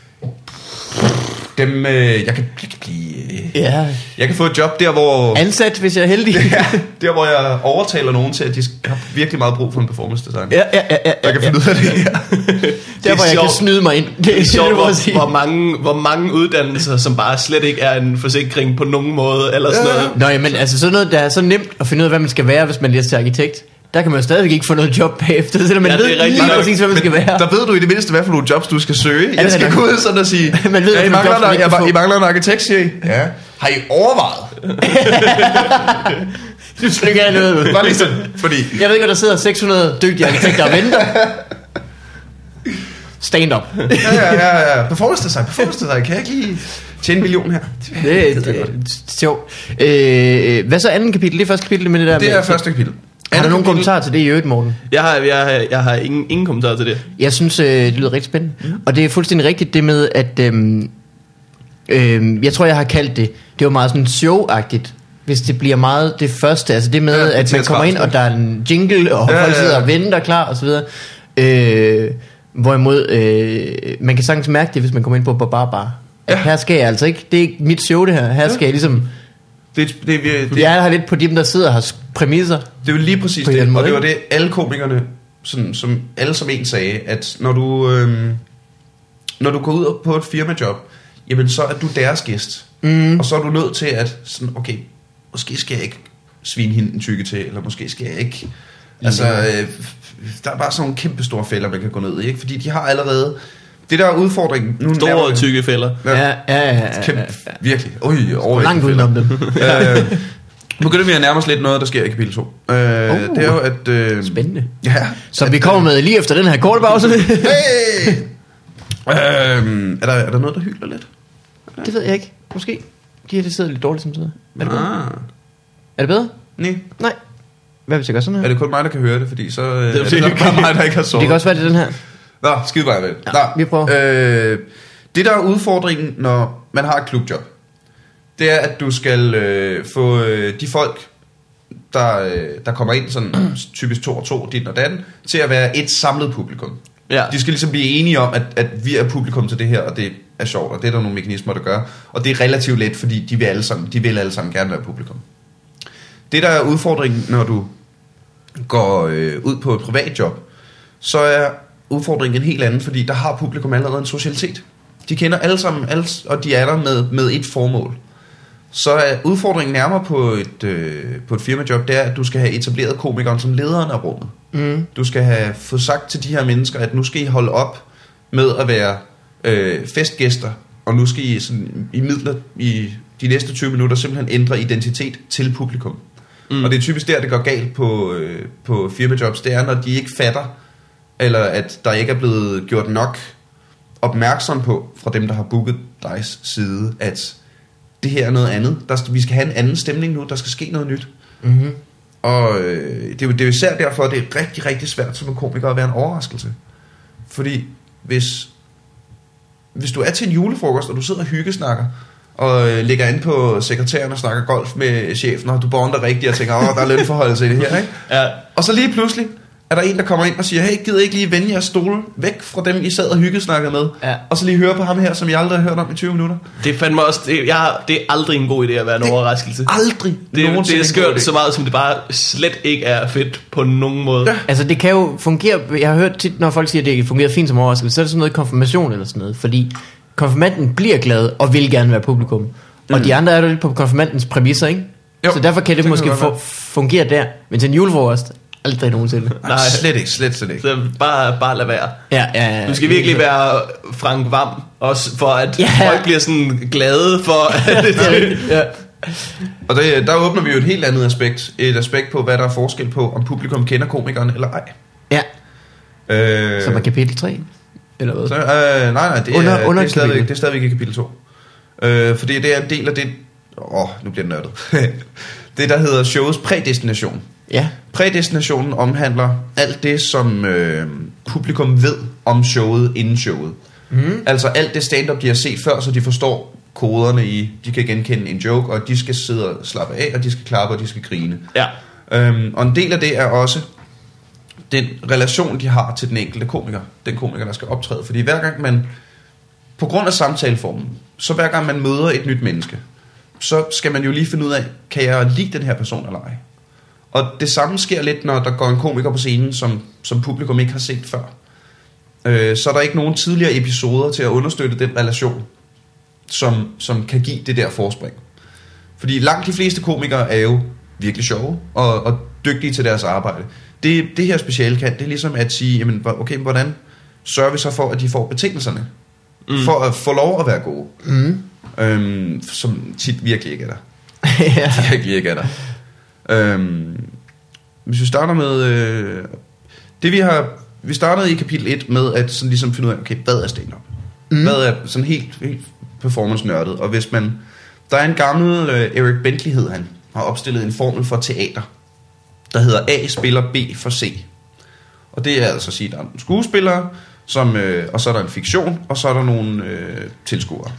A: Dem, øh, jeg, kan, jeg kan blive... Øh,
B: ja.
A: Jeg kan få et job der, hvor...
B: Ansat, hvis jeg er heldig.
A: ja, der, hvor jeg overtaler nogen til, at de har virkelig meget brug for en performance design.
B: Ja, ja, ja, ja,
A: jeg kan finde
B: ja.
A: ud af det her.
B: Der, hvor jeg
C: sjovt.
B: kan snyde mig ind.
C: Det er sjovt, hvor, hvor, mange, hvor mange uddannelser, som bare slet ikke er en forsikring på nogen måde, eller sådan
A: ja.
C: noget.
B: Nå, men altså sådan noget, der er så nemt at finde ud af, hvad man skal være, hvis man læser til arkitekt. Der kan man jo stadigvæk ikke få noget job bagefter, selvom man
C: ja,
B: ved lige præcis, hvad man skal være.
A: Der ved du i det mindste, hvad for nogle jobs du skal søge.
B: Ja,
A: jeg skal gå ud sådan og sige,
B: man ved,
A: ja, I, mangler jobs, der, jeg, I mangler en arkitekt, siger I. Ja. Har I overvejet?
B: Du skal ikke have noget.
A: Bare lige sådan, fordi...
B: Jeg ved ikke, der sidder seks hundrede dygtige arkitekter og venter. Stand up.
A: ja, ja, ja, ja. Performance design, performance design. Kan jeg ikke lige tjene en million her?
B: Det, det, det, det er sjovt. Øh, hvad så anden kapitel? Det er første kapitel med det der.
A: Det
B: med,
A: er første kapitel.
B: Har du nogen kommentarer til det i øvrigt, Morten?
C: Jeg har, jeg har, jeg har ingen, ingen kommentarer til det.
B: Jeg synes, øh, det lyder rigtig spændende. Mm. Og det er fuldstændig rigtigt det med, at... Øhm, øhm, jeg tror, jeg har kaldt det... Det var meget sådan show-agtigt. Hvis det bliver meget det første. Altså det med, ja, det at man kommer ind, og der er en jingle, og ja, folk sidder og venter klar, og så videre. Øh, hvorimod... Øh, man kan sagtens mærke det, hvis man kommer ind på Bar Bar. Ja. Her skal jeg altså ikke... Det er ikke mit show, det her. Her skal ja. jeg ligesom...
A: Det, det, det,
B: det, jeg er her lidt på dem, der sidder og har præmisser.
A: Det er jo lige præcis det, og det var det, alle komikerne, sådan, som alle som en sagde, at når du, øhm, når du går ud på et firmajob, jamen så er du deres gæst. Mm. Og så er du nødt til at, sådan, okay, måske skal jeg ikke svine hende en tykke til, eller måske skal jeg ikke... Altså, øh, der er bare sådan nogle kæmpe store fælder, man kan gå ned i, ikke? Fordi de har allerede... Det der er udfordringen... Nu
C: store tykke fælder.
B: Ja, ja, ja. ja, ja,
A: kæmpe,
B: ja.
A: Virkelig. Oj, over
B: langt udenom dem.
A: øh, nu begynder vi at nærme os lidt noget, der sker i kapitel to. Øh, oh, det er jo at... Øh,
B: spændende.
A: Ja.
B: Så at, vi kommer med lige efter den her korte pause.
A: hey! øh, er, der, er der noget, der hylder lidt?
B: Det ved jeg ikke. Måske. De her, det sidder lidt dårligt som sidder. Er det bedre?
A: Ah.
B: Er det bedre?
A: Nej.
B: Nej. Hvad hvis jeg gør sådan her?
A: Er det kun mig, der kan høre det? Fordi så øh, det er det nok bare mig, der ikke har sovet.
B: Det kan også være, det er den her.
A: Nå, skide bare vel.
B: Ja, vi prøver.
A: Øh, det der er udfordringen, når man har et klubjob, det er, at du skal øh, få øh, de folk, der, øh, der kommer ind, sådan typisk to og to, dit og dan, til at være et samlet publikum.
C: Ja.
A: De skal ligesom blive enige om, at, at vi er publikum til det her, og det er sjovt, og det er der nogle mekanismer, der gør. Og det er relativt let, fordi de vil alle sammen, de vil alle sammen gerne være publikum. Det der er udfordringen, når du går øh, ud på et privat job, så er udfordringen en helt anden, fordi der har publikum allerede en socialitet. De kender alle sammen, alle, og de er der med, med et formål. Så er udfordringen nærmere på et, øh, på et firmajob, det er, at du skal have etableret komikeren som lederen af rummet. Mm. Du skal have fået sagt til de her mennesker, at nu skal I holde op med at være øh, festgæster, og nu skal I sådan, i midler i de næste tyve minutter simpelthen ændre identitet til publikum. Mm. Og det er typisk der, det går galt på, øh, på firmajobs, det er, når de ikke fatter, eller at der ikke er blevet gjort nok opmærksom på, fra dem, der har booket digs side, at det her er noget andet. Der, vi skal have en anden stemning nu, der skal ske noget nyt. Mm-hmm. Og øh, det, er jo, det er jo især derfor, at det er rigtig, rigtig svært som en komiker at være en overraskelse. Fordi hvis, hvis du er til en julefrokost, og du sidder og hyggesnakker, og øh, ligger inde på sekretæren og snakker golf med chefen, og du bonder rigtigt og tænker, åh, der er lønforholdelse i det her, ikke? Ja. Og så lige pludselig er der en, der kommer ind og siger, hey, gider ikke lige vende jeres stole væk fra dem, I sad og hyggesnakkede med, ja. Og så lige høre på ham her, som jeg aldrig har hørt om i tyve minutter.
C: Det fandme også, det, jeg, det er aldrig en god idé at være en
A: det
C: overraskelse.
A: Aldrig.
C: Det, det er skørt så meget, som det bare slet ikke er fedt på nogen måde.
B: Ja. Altså det kan jo fungere, jeg har hørt tit, når folk siger, at det fungerer fint som overraskelse, så er det sådan noget konfirmation eller sådan noget, fordi konfirmanden bliver glad og vil gerne være publikum. Og mm. de andre er jo lidt på konfirmandens præmisser, ikke? Jo, så derfor kan det, det måske kan fungere der. Men til en julefrokost, aldrig nogensinde.
A: Nej, slet ikke, slet, slet ikke.
C: Så bare, bare lad være.
B: Ja, ja, ja,
C: du skal virkelig være Frank Hvam, også for at ja. Folk bliver sådan glade for det.
A: Ja. Og det, der åbner vi jo et helt andet aspekt. Et aspekt på, hvad der er forskel på, om publikum kender komikeren eller ej.
B: Ja.
A: Øh,
B: Som er kapitel tre. Eller hvad?
A: Så, øh, nej, nej, det,
B: under,
A: er,
B: under
A: det, er stadigvæk, det er stadigvæk i kapitel to. Øh, fordi det er en del af det. Åh, oh, nu bliver det nørdet. Det der hedder showets prædestination.
B: Ja.
A: Prædestinationen omhandler alt det, som øh, publikum ved om showet inden showet. Mm. Altså alt det stand-up, de har set før, så de forstår koderne i, de kan genkende en joke, og de skal sidde og slappe af, og de skal klappe, og de skal grine.
C: Ja.
A: Øhm, og en del af det er også den relation, de har til den enkelte komiker. Den komiker, der skal optræde. Fordi hver gang man, på grund af samtaleformen, så hver gang man møder et nyt menneske, så skal man jo lige finde ud af, kan jeg lide den her person eller ej? Og det samme sker lidt, når der går en komiker på scenen, som, som publikum ikke har set før. Øh, så er der ikke nogen tidligere episoder til at understøtte den relation, som, som kan give det der forspring. Fordi langt de fleste komikere er jo virkelig sjove og, og dygtige til deres arbejde. Det, det her speciale kan, det er ligesom at sige, jamen, okay, hvordan sørger vi så for, at de får betingelserne? Mm. For at få lov at være gode. Mm. Øhm, som tit virkelig ikke er der. Ja. Virkelig ikke er der. Øhm, hvis vi starter med øh, det vi har, vi startede i kapitel et med at sådan ligesom finde ud af, okay, hvad er stand-up? Mm. Hvad er sådan helt, helt performance-nørdet? Og hvis man, der er en gammel øh, Eric Bentley hed han, har opstillet en formel for teater, der hedder A spiller B for C. Og det er altså at sige, at der er nogle skuespillere, som, øh, og så er der en fiktion, og så er der nogle øh, tilskuere.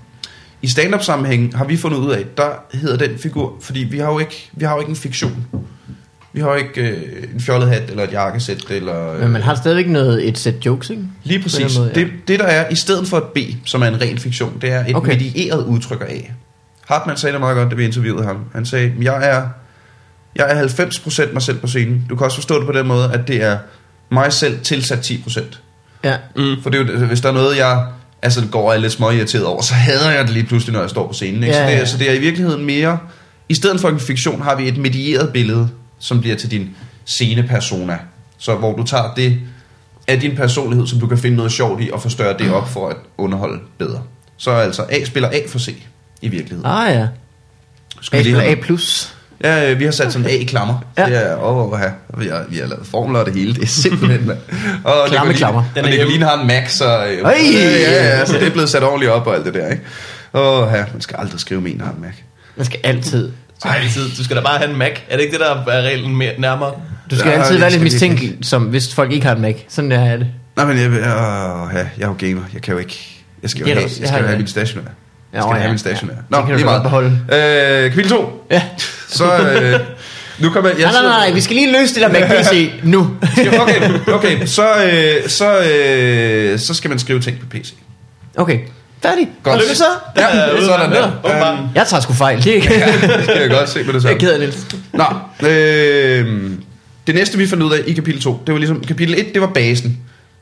A: I stand-up sammenhæng har vi fundet ud af, der hedder den figur, fordi vi har jo ikke, vi har jo ikke en fiktion. Vi har jo ikke øh, en fjollet hat eller et jakkesæt eller. Øh,
B: Men man har stadigvæk noget et sæt jokes, ikke?
A: Lige præcis. Måde, ja. det, det der er i stedet for et B, som er en ren fiktion, det er et okay. medieret udtryk af A. Hartmann sagde det meget godt, da vi interviewede ham. Han sagde, jeg er jeg er halvfems procent mig selv på scenen. Du kan også forstå det på den måde, at det er mig selv tilsat ti procent.
B: Ja.
A: Mm. For det er jo, hvis der er noget jeg altså det går jeg lidt småirriteret over, så hader jeg det lige pludselig, når jeg står på scenen. Ikke? Ja, så, det er, ja. så det er i virkeligheden mere, i stedet for en fiktion, har vi et medieret billede, som bliver til din scenepersona. Så hvor du tager det af din personlighed, som du kan finde noget sjovt i, og forstørre det op for at underholde bedre. Så altså A spiller A for C, i virkeligheden.
B: Ah ja.
A: Skal
B: A spiller A plus.
A: Ja, vi har sat sådan A i klammer. Ja. Det er, åh, oh, vi, har, vi har lavet formler og det hele. Det er simpelthen, man. Og
B: Klamme klammer.
A: Og Nicoline har en Mac, så, øh, ja, ja, ja, så det er blevet sat ordentligt op og alt det der, ikke? Åh, ja, man skal aldrig skrive med en, der har en Mac.
B: Man skal altid.
C: altid. Du skal da bare have en Mac. Er det ikke det, der er reglen mere nærmere?
B: Du skal ja, altid være lidt mistænkelig, som hvis folk ikke har en Mac. Sådan der er det.
A: Nej, men jeg, jeg, jeg, jeg er jo gamer. Jeg kan jo ikke. Jeg skal jo have, jeg skal have min stationær. Jeg skal ja, have min stationær.
B: Ja. Nå, lige meget.
A: Beholde. Øh, kapitel to.
B: Ja.
A: Så øh, nu kommer jeg.
B: Nej, nej, nej, nej, vi skal lige løse det der med P C nu.
A: Okay, okay. Så øh, så øh, så skal man skrive ting på P C.
B: Okay. Færdig.
A: Godt.
B: Og det så?
A: Ja, øh, sådan der.
B: Um, jeg tager sgu fejl. Det,
A: ja, det skal jeg godt se på det samme.
B: Jeg keder lidt.
A: Nå, øh, det næste vi fandt ud af i kapitel to, det var ligesom kapitel et, det var basen.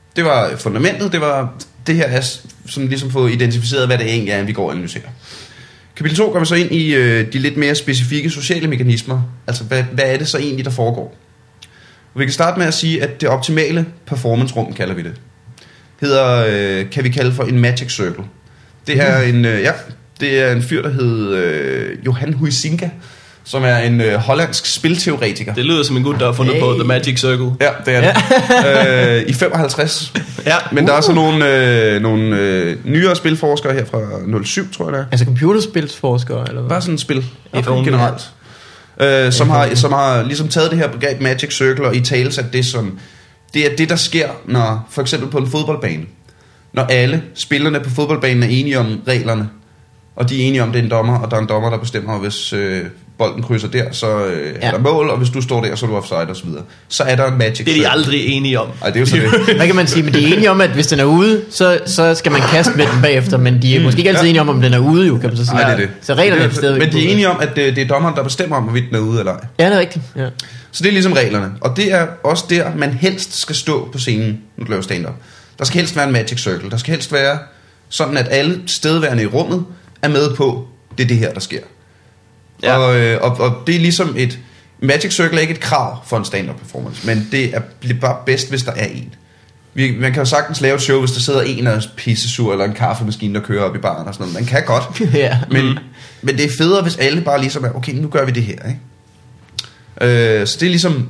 A: Det var fundamentet, det var det her er sådan ligesom få identificeret, hvad det egentlig er, vi går og analyserer. Kapitel to kommer så ind i øh, de lidt mere specifikke sociale mekanismer. Altså, hvad, hvad er det så egentlig, der foregår? Vi kan starte med at sige, at det optimale performance-rum, kalder vi det, hedder, øh, kan vi kalde for en magic circle. Det er en, øh, ja, det er en fyr, der hedder øh, Johan Huizinga, som er en øh, hollandsk spilteoretiker.
C: Det lyder som en gut, der har fundet hey. på The Magic Circle.
A: Ja, det er det. øh, I femoghalvtreds.
C: Ja.
A: Men der er så nogle, øh, nogle øh, nyere spilforskere her fra nul syv, tror jeg det er.
B: Altså computerspilsforskere, eller hvad?
A: Bare sådan et spil,
C: Okay.
A: generelt. Øh, som, har, som har ligesom taget det her begreb Magic Circle og i tale sat det som, det er det, der sker, når for eksempel på en fodboldbane, når alle spillerne på fodboldbanen er enige om reglerne, og de er enige om, det er en dommer, og der er en dommer, der bestemmer, hvis øh, bolden krydser der, så øh, ja. er der mål, og hvis du står der, så er du offside og så videre. Så er der en magic circle.
C: Det er de aldrig enige om.
A: Ej, det er jo så det.
B: Hvad kan man sige? Men de er enige om, at hvis den er ude, så, så skal man kaste med den bagefter, men de er måske ikke altid
A: ja.
B: enige om, om den er ude, jo, kan man så sige.
A: Nej, det er det.
B: Så reglerne er stadigvæk.
A: Men de er enige om, at det, det er dommeren, der bestemmer om, hvorvidt den er ude eller ej.
B: Ja, det er rigtigt. Ja.
A: Så det er ligesom reglerne. Og det er også der, man helst skal stå på scenen, når du laver stand-up. Der skal helst være en magic circle. Der skal helst være sådan, at alle stedværende i rummet er med på, det er det her, der sker. Ja. Og, øh, og, og det er ligesom et... Magic Circle er ikke et krav for en stand-up performance, men det er, bliver bare bedst, hvis der er en. Vi, man kan jo sagtens lave et show, hvis der sidder en af pissesur, eller en kaffemaskine, der kører op i baren og sådan noget. Man kan godt,
B: Ja.
A: men,
C: Mm.
A: men det er federe, hvis alle bare ligesom er, okay, nu gør vi det her, ikke? Øh, så det er ligesom...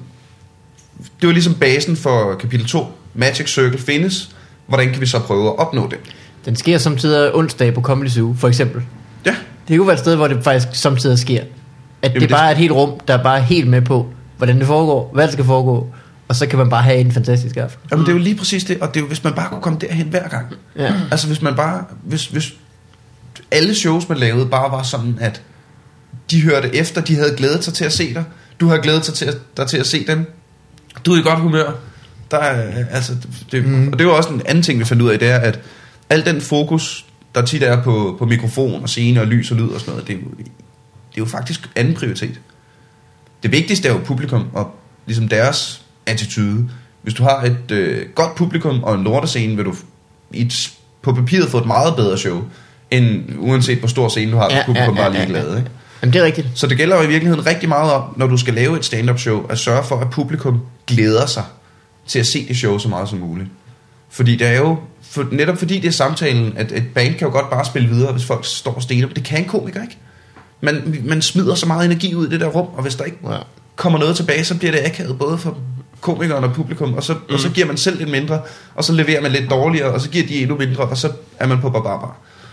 A: Det var ligesom basen for kapitel to. Magic Circle findes. Hvordan kan vi så prøve at opnå det?
B: Den sker samtidig onsdag på Comedy Zoo, for eksempel.
A: Ja.
B: Det kunne være et sted, hvor det faktisk samtidig sker. At
A: Jamen,
B: det
A: det-
B: bare er et helt rum, der er bare helt med på, hvordan det foregår, hvad det skal foregå, og så kan man bare have en fantastisk aften.
A: Jamen det er jo lige præcis det. Og det er jo, hvis man bare kunne komme derhen hver gang.
B: Ja.
A: Altså hvis man bare hvis, hvis alle shows man lavede bare var sådan at de hørte efter, de havde glædet sig til at se dig, du havde glædet sig til at, dig til at se dem, du er i godt humør. Der er, altså, det, mm. Og det var også en anden ting vi fandt ud af, det er at al den fokus der tit er på, på mikrofon og scene og lys og lyd og sådan noget, det er jo, det er jo faktisk anden prioritet. Det vigtigste er jo publikum og ligesom deres attitude. Hvis du har et øh, godt publikum og en lortescene, vil du i et, på papiret få et meget bedre show, end uanset hvor stor scene du har, hvis
B: Ja,
A: publikum
B: ja, ja,
A: bare er ligeglade.
B: ja, ja.
A: Ikke?
B: Jamen det er rigtigt.
A: Så det gælder jo i virkeligheden rigtig meget om, når du skal lave et stand-up show, at sørge for, at publikum glæder sig til at se det show så meget som muligt. Fordi det er jo, for, netop fordi det er samtalen, at et band kan jo godt bare spille videre, hvis folk står og stener, men det kan en komiker ikke. Man, man smider så meget energi ud i det der rum, og hvis der ikke
B: Ja.
A: kommer noget tilbage, så bliver det akavet både for komikeren og publikum, og så, mm. og så giver man selv lidt mindre, og så leverer man lidt dårligere, og så giver de endnu mindre, og så er man på barbar.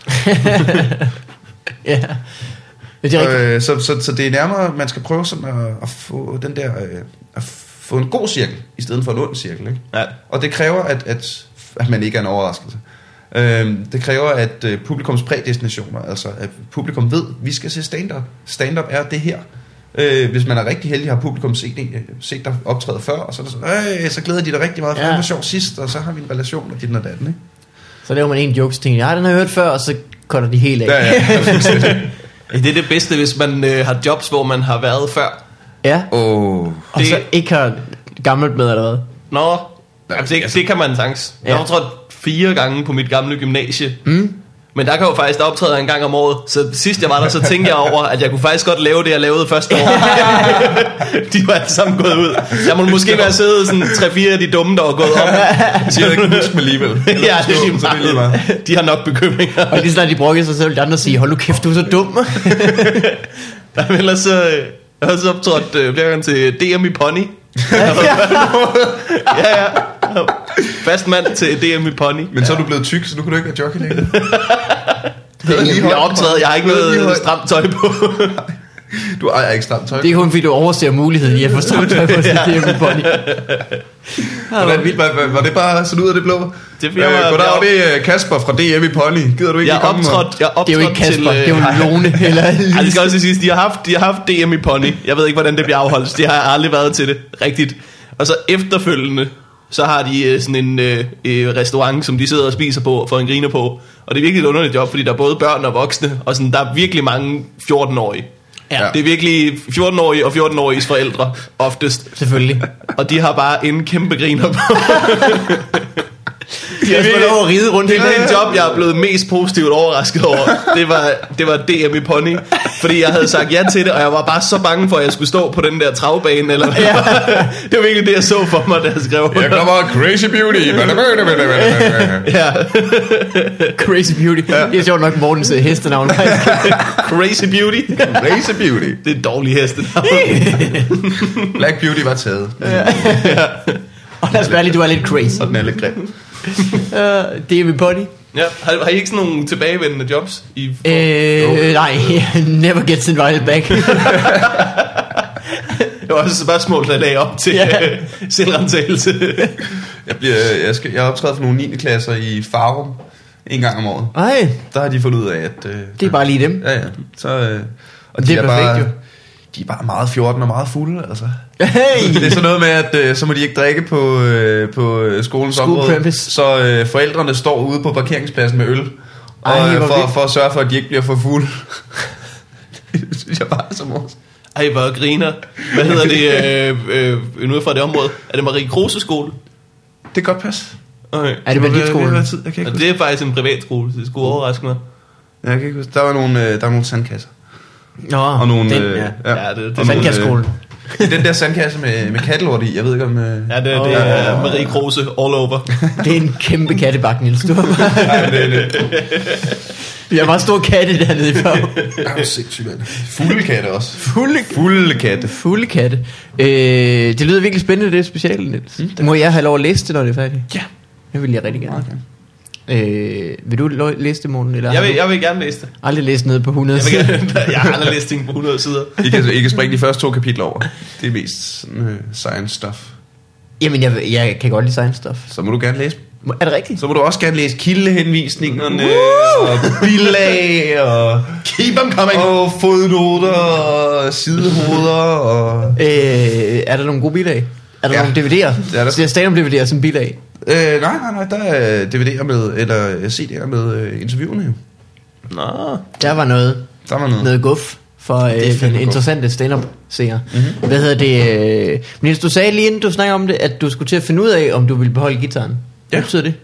B: Ja. Det er rigtigt.
A: Øh, så, så, så det er nærmere, man skal prøve sådan at, at få den der, øh, at få en god cirkel, i stedet for en ond cirkel, ikke?
C: Ja.
A: Og det kræver, at, at, at man ikke er en overraskelse. Øh, det kræver, at øh, publikums prædestinationer, altså at publikum ved, vi skal se stand-up. Stand-up er det her. Øh, hvis man er rigtig heldig, har publikum set, en, set dig optræde før, og så er det sådan, øh, så glæder de dig rigtig meget, for
B: Ja.
A: det var sjovt sidst, og så har vi en relation, og dit og datten, ikke?
B: Så laver man en joke, så tænker jeg, ja, den har jeg hørt før, og så cutter de helt af.
A: Ja, ja.
C: Det er det bedste, hvis man øh, har jobs, hvor man har været før.
B: Ja.
A: Åh.
B: Og
C: Det-
B: så ikke har gammelt med, eller hvad?
C: Nå, altså, det, det kan man sagtens. Jeg
B: Ja.
C: har optrådt fire gange på mit gamle gymnasie.
B: Mm.
C: Men der kan jo faktisk optræde en gang om året. Så sidst jeg var der, så tænkte jeg over, at jeg kunne faktisk godt lave det, jeg lavede første år. De var alle sammen gået ud. Jeg må måske være siddet sådan tre-fire af de dumme, der var gået op.
A: Så jeg ikke huske mig alligevel.
C: Ja, det er lige
A: Så det er lige
C: meget. De har nok bekymringer.
B: Og lige snart de brokker sig, så vil de andre sige, hold nu kæft, du er så dum.
C: Men ellers så... øh, Jeg har så optrådt øh, flere gange til D M i Pony. Ja, ja. Fast mand til D M i Pony.
A: Men så er du blevet tyk, så nu kan du ikke være jockey længere.
C: Jeg har optrædet, jeg har ikke noget stramt tøj på.
A: Du ejer ikke stramt tøj.
B: Det er kun fordi, du overser muligheden i at få stramt tøj på sit D M Pony.
A: Hvordan vildt, var, var, var det bare sådan ud af det blå?
C: Det
A: Øh,
C: var-
A: goddag,
C: jeg-
A: det er Kasper fra D M i Pony. Gider du ikke
C: Jeg
A: lige komme?
C: optrådt, jeg
B: Det er
C: optrådt
B: jo ikke Kasper,
C: til,
B: det er jo
C: øh,
B: Lone. Eller
C: Ej, det skal også sige, de har haft, de har haft D M i Pony. Jeg ved ikke, hvordan det bliver afholdt. De har aldrig været til det rigtigt. Og så efterfølgende, så har de øh, sådan en øh, øh, restaurant, som de sidder og spiser på og får en griner på. Og det er virkelig et underligt job, fordi der er både børn og voksne, og sådan, der er virkelig mange fjorten-årige.
B: Ja.
C: Det er virkelig fjorten-årige og fjorten-åriges forældre, oftest.
B: Selvfølgelig.
C: Og de har bare en kæmpe griner på.
B: De har også fået lov at ride rundt
C: Det
B: hele
C: er
B: dagen.
C: det job, jeg er blevet mest positivt overrasket over. Det var, det var D M i pony. Fordi jeg havde sagt ja til det, og jeg var bare så bange for, at jeg skulle stå på den der travbane. Eller ja. Det var virkelig det, jeg så for mig, da jeg skrev.
A: Jeg kommer Crazy Beauty.
C: Ja.
B: Crazy Beauty. Det er sjovt nok Mortens uh, hestenavn.
C: Crazy Beauty.
A: Crazy Beauty.
C: Det er en dårlig hestenavn.
A: Black Beauty var taget.
B: Og lad os være lige, du er lidt crazy.
A: Og den er lidt grim.
B: Uh, det er med pony.
C: Ja. Har, har I ikke sådan nogle tilbagevendende jobs? I for...
B: Øh, nej, never gets invited back.
C: Det var også et spørgsmål, der lagde op til
B: Ja.
C: yeah. selvrentagelse.
A: Jeg, bliver, jeg, skal, jeg optræder for nogle niende klasser i Farum en gang om året.
B: Ej,
A: Der har de fundet ud af, at... Øh,
B: det er bare lige dem.
A: Ja, ja. Så, øh, og
B: Det
A: de
B: er
A: er,
B: perfekt,
A: bare,
B: jo.
A: de er bare meget fjorten og meget fulde, altså.
B: Hey!
A: Det er sådan noget med, at øh, så må de ikke drikke på, øh, på øh, skolens
B: School
A: område.
B: premise.
A: Så øh, forældrene står ude på parkeringspladsen med øl. Og
B: Ej,
A: øh,
B: hvor
A: for,
B: vildt.
A: for at sørge for, at de ikke bliver for fulde. Det synes jeg bare er så morsomt.
C: Ej, hvor griner. Hvad hedder det øh, øh, nu fra det område? Er det Marie Kruse skole?
A: Det kan godt passe.
C: Okay.
B: Er det banditskolen?
A: Jeg kan ikke
C: Og
A: huske.
C: det er faktisk en privatskole, så det skulle overraske mig.
A: Jeg kan ikke huske. Der var nogle, øh, der var nogle sandkasser.
B: Nå,
A: Og nogle,
B: den,
A: øh,
B: ja.
C: Ja, det- det-
A: og nogle,
B: Sandkasseskolen.
A: øh, Den der sandkasse med, med kattelort i. Jeg ved ikke om... Øh,
C: Ja, det, det
B: Åh.
C: er Marie Kruse all over.
B: Det er en kæmpe kattebak, Niels. Du har bare...
A: Nej, det er det.
B: Vi har bare store katte dernede i fag.
A: Jeg er jo sindssygt, mand. Fulde katte også.
B: Fulde,
A: Fulde katte.
B: fulde katte. Øh, det lyder virkelig spændende, det speciale, Niels. Mm, Må jeg have lov at læse det, når det er færdigt?
A: Ja.
B: Det vil jeg rigtig gerne.
A: Okay.
B: Øh, vil du lo- læse det, Morten? Eller
C: Jeg
B: har
C: vil,
B: du
C: jeg vil gerne læse det.
B: aldrig læst noget på hundrede
C: Jeg, vil
B: sider?
C: gerne, jeg har aldrig læst ting på hundrede sider.
A: I kan, I kan springe de første to kapitler over. Det er mest sådan, uh, science stuff.
B: Jamen, jeg, jeg kan godt lide science stuff.
A: Så må du gerne læse.
B: Må- Er det rigtigt?
A: Så må du også gerne læse kildehenvisningerne og bilag og,
C: Keep them coming.
A: og fodnoter og sidehoveder og...
B: Øh, er der nogle gode bilag? Er der
A: Ja,
B: nogle D V D'er?
A: det er der.
B: Så jeg stand om D V D'er som bilag?
A: Øh, nej, nej, nej, der er D V D'er med, eller C D'er med øh, interviewene jo.
C: Nå.
B: Der var noget,
A: Der var noget.
B: noget guf for
A: Det er
B: øh,
A: fandme
B: den
A: guf.
B: interessante stand-up-seer.
A: Mhm.
B: Hvad hedder det? Øh, Niels, du sagde lige inden du snakker om det, at du skulle til at finde ud af, om du ville beholde gitaren. Hvad
A: Ja.
B: betyder det?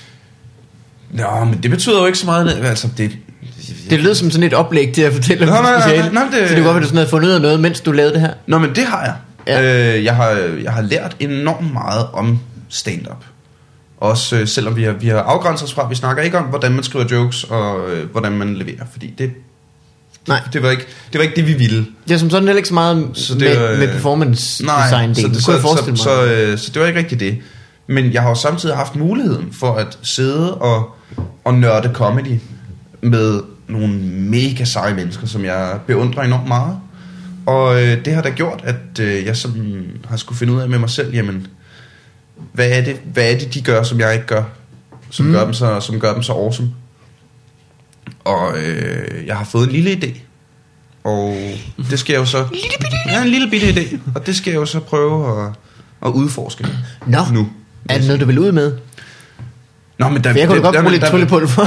A: Nå, men det betyder jo ikke så meget. Altså, det...
B: Det lød som sådan et oplæg til at fortælle om
A: Nå, nej,
B: dit
A: nej,
B: speciale.
A: nej, nej, det-
B: Så det kunne godt være, at du sådan havde fundet ud af noget, mens du lavede det her.
A: Nå, men det har jeg.
B: Ja.
A: Ja. Øh, jeg, har jeg har lært enormt meget om stand-up. Også øh, selvom vi har, vi har afgrænset os fra, vi snakker ikke om, hvordan man skriver jokes og øh, hvordan man leverer. Fordi det,
B: Nej.
A: det, var ikke, det var ikke det, vi ville.
B: Det er som sådan heller ikke så meget
A: Så det
B: med,
A: var, øh,
B: med performance
A: Nej,
B: design
A: så,
B: delen.
A: det,
B: Det
A: så,
B: kunne jeg
A: så,
B: forestille
A: så,
B: mig.
A: så, øh, så det var ikke rigtigt det. Men jeg har jo samtidig haft muligheden for at sidde og, og nørde comedy med nogle mega seje mennesker, som jeg beundrer enormt meget. Og øh, det har da gjort, at øh, jeg sådan har skulle finde ud af med mig selv, jamen, hvad er det, hvad er det de gør, som jeg ikke gør? Som, mm. gør, dem så, som gør dem så awesome. Og øh, jeg har fået en lille idé. Og det skal jeg jo så... Ja, en lille bitte idé. Og det skal jeg jo så prøve at, at udforske
B: Nå,
A: nu.
B: er det noget, du vil ud med?
A: Nå, men der,
B: For jeg kunne da godt bruge lidt trylle på det for.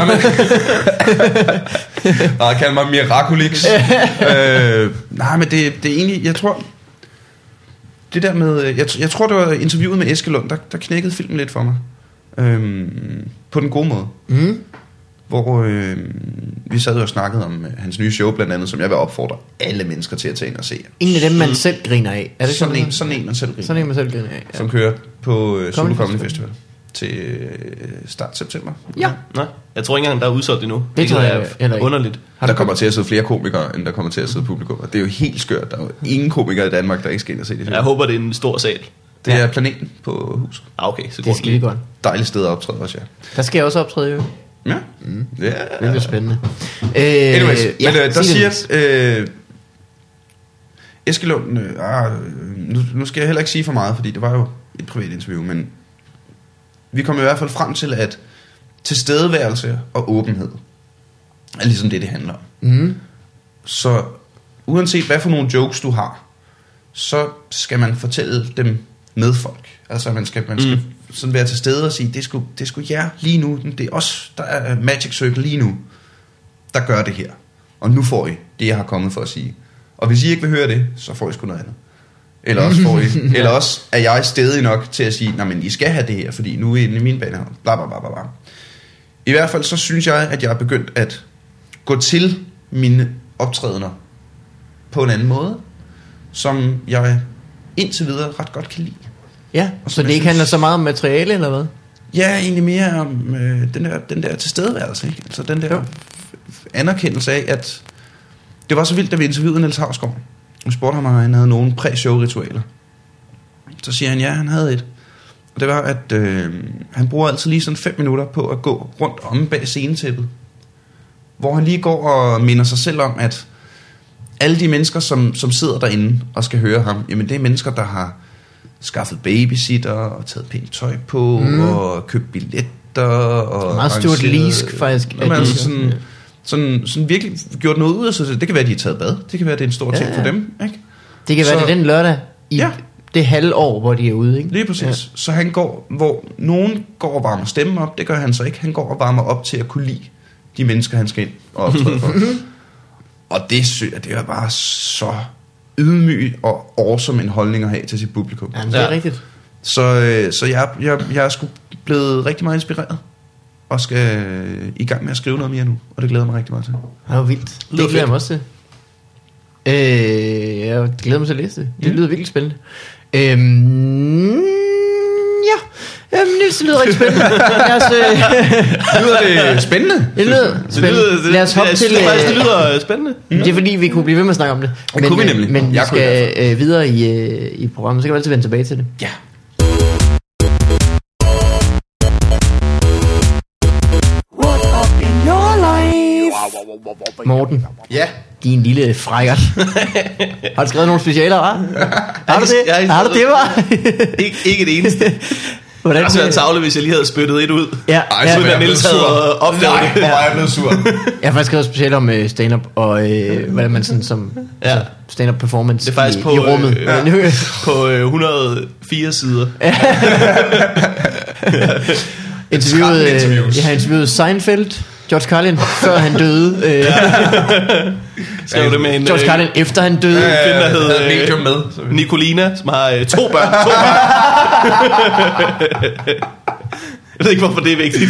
A: Nej, kald mig Miraculix. øh, nej, men det, det er egentlig, jeg tror, det der med, jeg, jeg tror det var interviewet med Eskelund, der, der knækkede filmen lidt for mig. Øhm, på den gode måde.
B: Mm.
A: Hvor øh, vi sad jo og snakkede om øh, hans nye show blandt andet, som jeg vil opfordre alle mennesker til at tage ind og se.
B: En af dem, man selv griner af. Er det
A: sådan,
B: sådan
A: en, sådan en, man selv griner.
B: Sådan en, man selv griner af. Ja.
A: Som kører på øh, Zulu
B: Comedy
A: Comedy
B: Festival.
A: Festival til øh, start september.
B: Ja.
C: Nå, jeg tror ikke engang, der er udsolgt endnu.
B: Det tror jeg
C: er
B: heller ikke.
C: underligt.
B: Har
A: Der
B: du
A: kommer til at sidde flere komikere, end der kommer til at sidde publikum. Og det er jo helt skørt. Der er jo ingen komikere i Danmark, der ikke skal ind og se det.
C: Jeg håber, det er en stor sal.
A: Det
B: Ja.
A: er planeten på huset.
C: Ah, okay, så
B: Det
C: går
B: er
C: det
B: skide
C: lige.
B: godt.
A: Dejligt sted at optræde også, ja.
B: Der skal jeg også optræde, jo.
A: Ja. Mm. Ja.
B: Det bliver spændende. Øh,
A: Anyways,
B: ja,
A: men øh, der
B: sig det,
A: siger...
B: Niels.
A: Øh, Eskelund... Øh, ah, nu, nu skal jeg heller ikke sige for meget, fordi det var jo et privat interview, men vi kom i hvert fald frem til, at tilstedeværelse og åbenhed er ligesom det, det handler om.
B: Mhm.
A: Så uanset hvad for nogle jokes du har, så skal man fortælle dem med folk. Altså man skal, man skal mm. sådan være til stede og sige, det er sgu, det er sgu jer lige nu, det er os, der er Magic Circle lige nu, der gør det her. Og nu får I det, jeg har kommet for at sige. Og hvis I ikke vil høre det, så får I sgu noget andet. Eller også, får I, eller også er jeg stedig nok til at sige, nej, men I skal have det her, fordi nu er I inde i min bane her. Bla, bla, bla, bla, bla. I hvert fald så synes jeg, at jeg er begyndt at gå til mine optrædener på en anden måde, som jeg indtil videre ret godt kan lide.
B: Ja,
A: Og
B: så
A: som
B: det
A: jeg
B: ikke
A: synes-
B: handler så meget om materiale, eller hvad?
A: Ja, egentlig mere om øh, den, der, den der tilstedeværelse, ikke? Altså den der
B: Jo.
A: anerkendelse af, at det var så vildt, da vi interviewede Niels Hausgaard. Vi spurgte ham, om han havde nogle præ-show-ritualer. Så siger han, ja, han havde et. Og det var, at øh, han bruger altid lige sådan fem minutter på at gå rundt om bag scenetæppet. Hvor han lige går og minder sig selv om, at alle de mennesker, som, som sidder derinde og skal høre ham, jamen det er mennesker, der har skaffet babysitter og taget pænt tøj på mm. og købt billetter. Og
B: Meget Stuart
A: arrangeret-
B: Leask, faktisk.
A: Jamen,
B: at
A: altså
B: de-
A: sådan, sådan, sådan virkelig gjort noget ud af sig. Det kan være, at de har taget bad. Det kan være, at det er en stor
B: Ja,
A: ting for
B: ja.
A: dem. Ikke?
B: Det kan være,
A: Så-
B: det er den lørdag i
A: Ja.
B: det halve år, hvor de er ude, ikke?
A: Lige præcis. Ja. Så han går, hvor nogen går og varmer stemmen op, det gør han så ikke. Han går og varmer op til at kunne lide de mennesker, han skal ind og optræde for. Og det, sy- det er bare så ydmyg og awesome en holdning at have til sit publikum.
B: Ja, det er
C: Ja.
B: rigtigt.
A: Så, øh, så jeg, jeg, jeg er sgu blevet rigtig meget inspireret og skal øh, i gang med at skrive noget mere nu, og det glæder mig rigtig meget til.
B: Det var vildt. Det
C: Lyder
B: glæder jeg
C: fedt.
B: mig også til. Øh, jeg glæder mig til at læse det. Det
A: Mm.
B: lyder virkelig spændende. Øhm, ja, øhm, Niels, det lyder rigtig spændende. Lad os, øh,
A: Lyder det spændende?
B: det lyder
C: Det
B: spændende.
C: lyder, det,
B: Lad os hoppe
C: jeg
B: til...
C: synes faktisk, det
B: øh,
C: lyder spændende.
B: Det er fordi, vi kunne blive ved med at snakke om det. Men,
A: kunne vi
B: øh,
A: nemlig.
B: Men vi
A: Jeg kunne i
B: skal
A: hvert
B: øh, videre i, øh, i programmet, så kan vi altid vende tilbage til det.
A: Ja.
D: What up in your life?
B: Morten,
A: Ja.
B: din lille frækkert. Har du skrevet nogle specialer, hva'? Har du det?
C: Jeg har ikke
B: Har du det,
C: skrevet-
B: hva'?
C: Ikke, ikke et eneste. Det
B: Hvordan
C: ville også være en tavle, hvis jeg lige havde spyttet et ud.
B: Ja,
A: Ej,
B: ja.
A: så
C: Uden
A: er
C: at
A: jeg blevet
C: Niels havde
A: sur.
C: opdaget
A: Nej,
C: det.
A: hvor er jeg blevet sur.
B: Jeg har faktisk skrevet specielt om øh, stand-up og øh, hvordan man sådan som
C: Ja.
B: altså, stand-up performance
C: Det er faktisk
B: i,
C: på,
B: i rummet.
C: øh,
B: Men, øh,
C: På øh, et hundrede og fire sider.
B: interviewet,
A: tretten
B: øh,
A: interviews.
B: jeg har interviewet Seinfeld, George Carlin, før han døde. Øh,
C: Skrev det med en
B: George
C: øh,
B: Carlin, efter han døde.
C: kvinde, der hed
A: havde
C: øh,
A: medium med. Så vi-
C: Nicolina, som har øh, to børn. To børn. Jeg ved ikke, hvorfor det er vigtigt.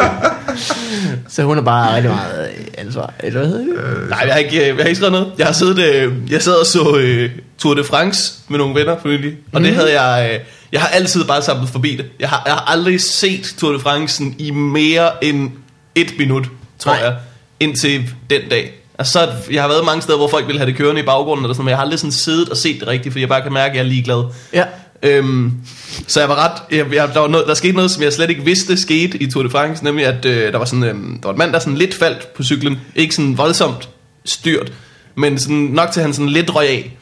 B: Så hun er bare rigtig meget øh, ansvar. Eller hvad hedder det?
C: Nej, jeg har ikke, jeg har ikke skrevet noget. Jeg har siddet, øh, jeg sad og så øh, Tour de France med nogle venner for nylig. Og det havde jeg... Øh, jeg har altid bare samlet forbi det. Jeg har, jeg har aldrig set Tour de France i mere end et minut, tror
B: Nej.
C: jeg. Indtil den dag. Altså, så, jeg har været mange steder, hvor folk vil have det kørende i baggrunden, eller sådan, men jeg har aldrig sådan siddet og set det rigtigt, fordi jeg bare kan mærke, at jeg er ligeglad.
B: Ja.
C: Øhm, så jeg var ret jeg, jeg, der, var noget, der skete noget, som jeg slet ikke vidste skete i Tour de France. Nemlig at øh, der var sådan øh, der var en mand, der sådan lidt faldt på cyklen. Ikke sådan voldsomt styrt, men sådan nok til at han sådan lidt røg af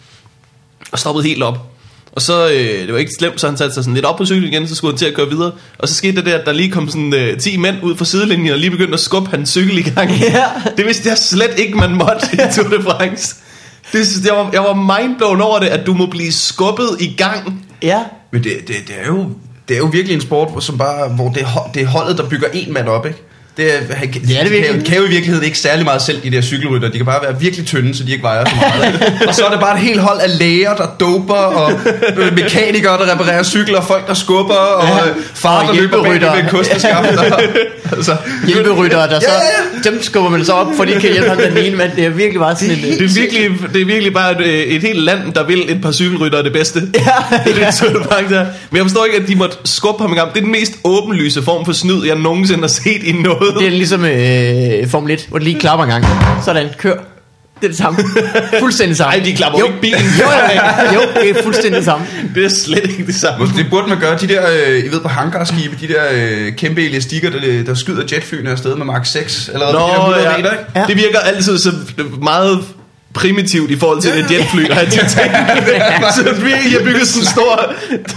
C: og stoppede helt op. Og så, øh, det var ikke slemt, så han satte sig sådan lidt op på cyklen igen, så skulle han til at køre videre. Og så skete det der, at der lige kom sådan øh, ti mænd ud fra sidelinjen og lige begyndte at skubbe hans cykel i gang.
B: Ja.
C: Det vidste jeg slet ikke, man måtte i Tour de France. Det, jeg, var, jeg var mindblown over det, at du må blive skubbet i gang.
B: Ja.
A: Men det, det, det, er jo, det er jo virkelig en sport, hvor, som bare, hvor det, er, hold- det er holdet, der bygger en mand op, ikke? Det, er, han, kan-
B: Ja, det er
A: de kan,
B: virkelig.
A: kan jo i virkeligheden ikke særlig meget selv, de der cykelrytter. De kan bare være virkelig tynde, så de ikke vejer så meget. Ikke? Og så er det bare et helt hold af læger, der doper, og øh, mekanikere, der reparerer cykler, folk, der skubber, og
B: Ja.
A: øh, far, der
B: Og
A: løber bag
B: hjælperyttere.
A: ved kosterskaften. Altså,
B: Hjælperyttere, der så...
A: Ja,
B: Dem skubber man så op, for de kan hjælpe ham den ene mand. Det er virkelig bare sådan et...
C: Det er virkelig, det er virkelig bare et, et helt land, der vil et par cykelryttere det bedste.
B: Ja,
C: Det er det Tour de France der. Men jeg forstår ikke, at de måtte skubbe ham i gang. Det er den mest åbenlyse form for snyd, jeg nogensinde har set i noget.
B: det er ligesom øh, Formel et, hvor det lige klapper en gang. Sådan, kør. Det er det samme. Fuldstændig samme.
C: Ej, de klapper
B: jo.
C: ikke bilen.
B: Jo, jo, jo, det er fuldstændig det samme.
C: Det er slet ikke det samme.
A: det burde man gøre. De der, øh, I ved på hangarskibe, de der øh, kæmpe elastikker, der, der skyder jetflyene afsted med Mach seks, eller
C: Nå,
A: de der hundrede
C: ja.
A: meter, ikke?
B: Ja.
C: Det virker altid så meget primitivt i forhold til et jetfly og have titan. Så vi har bygget sådan en stor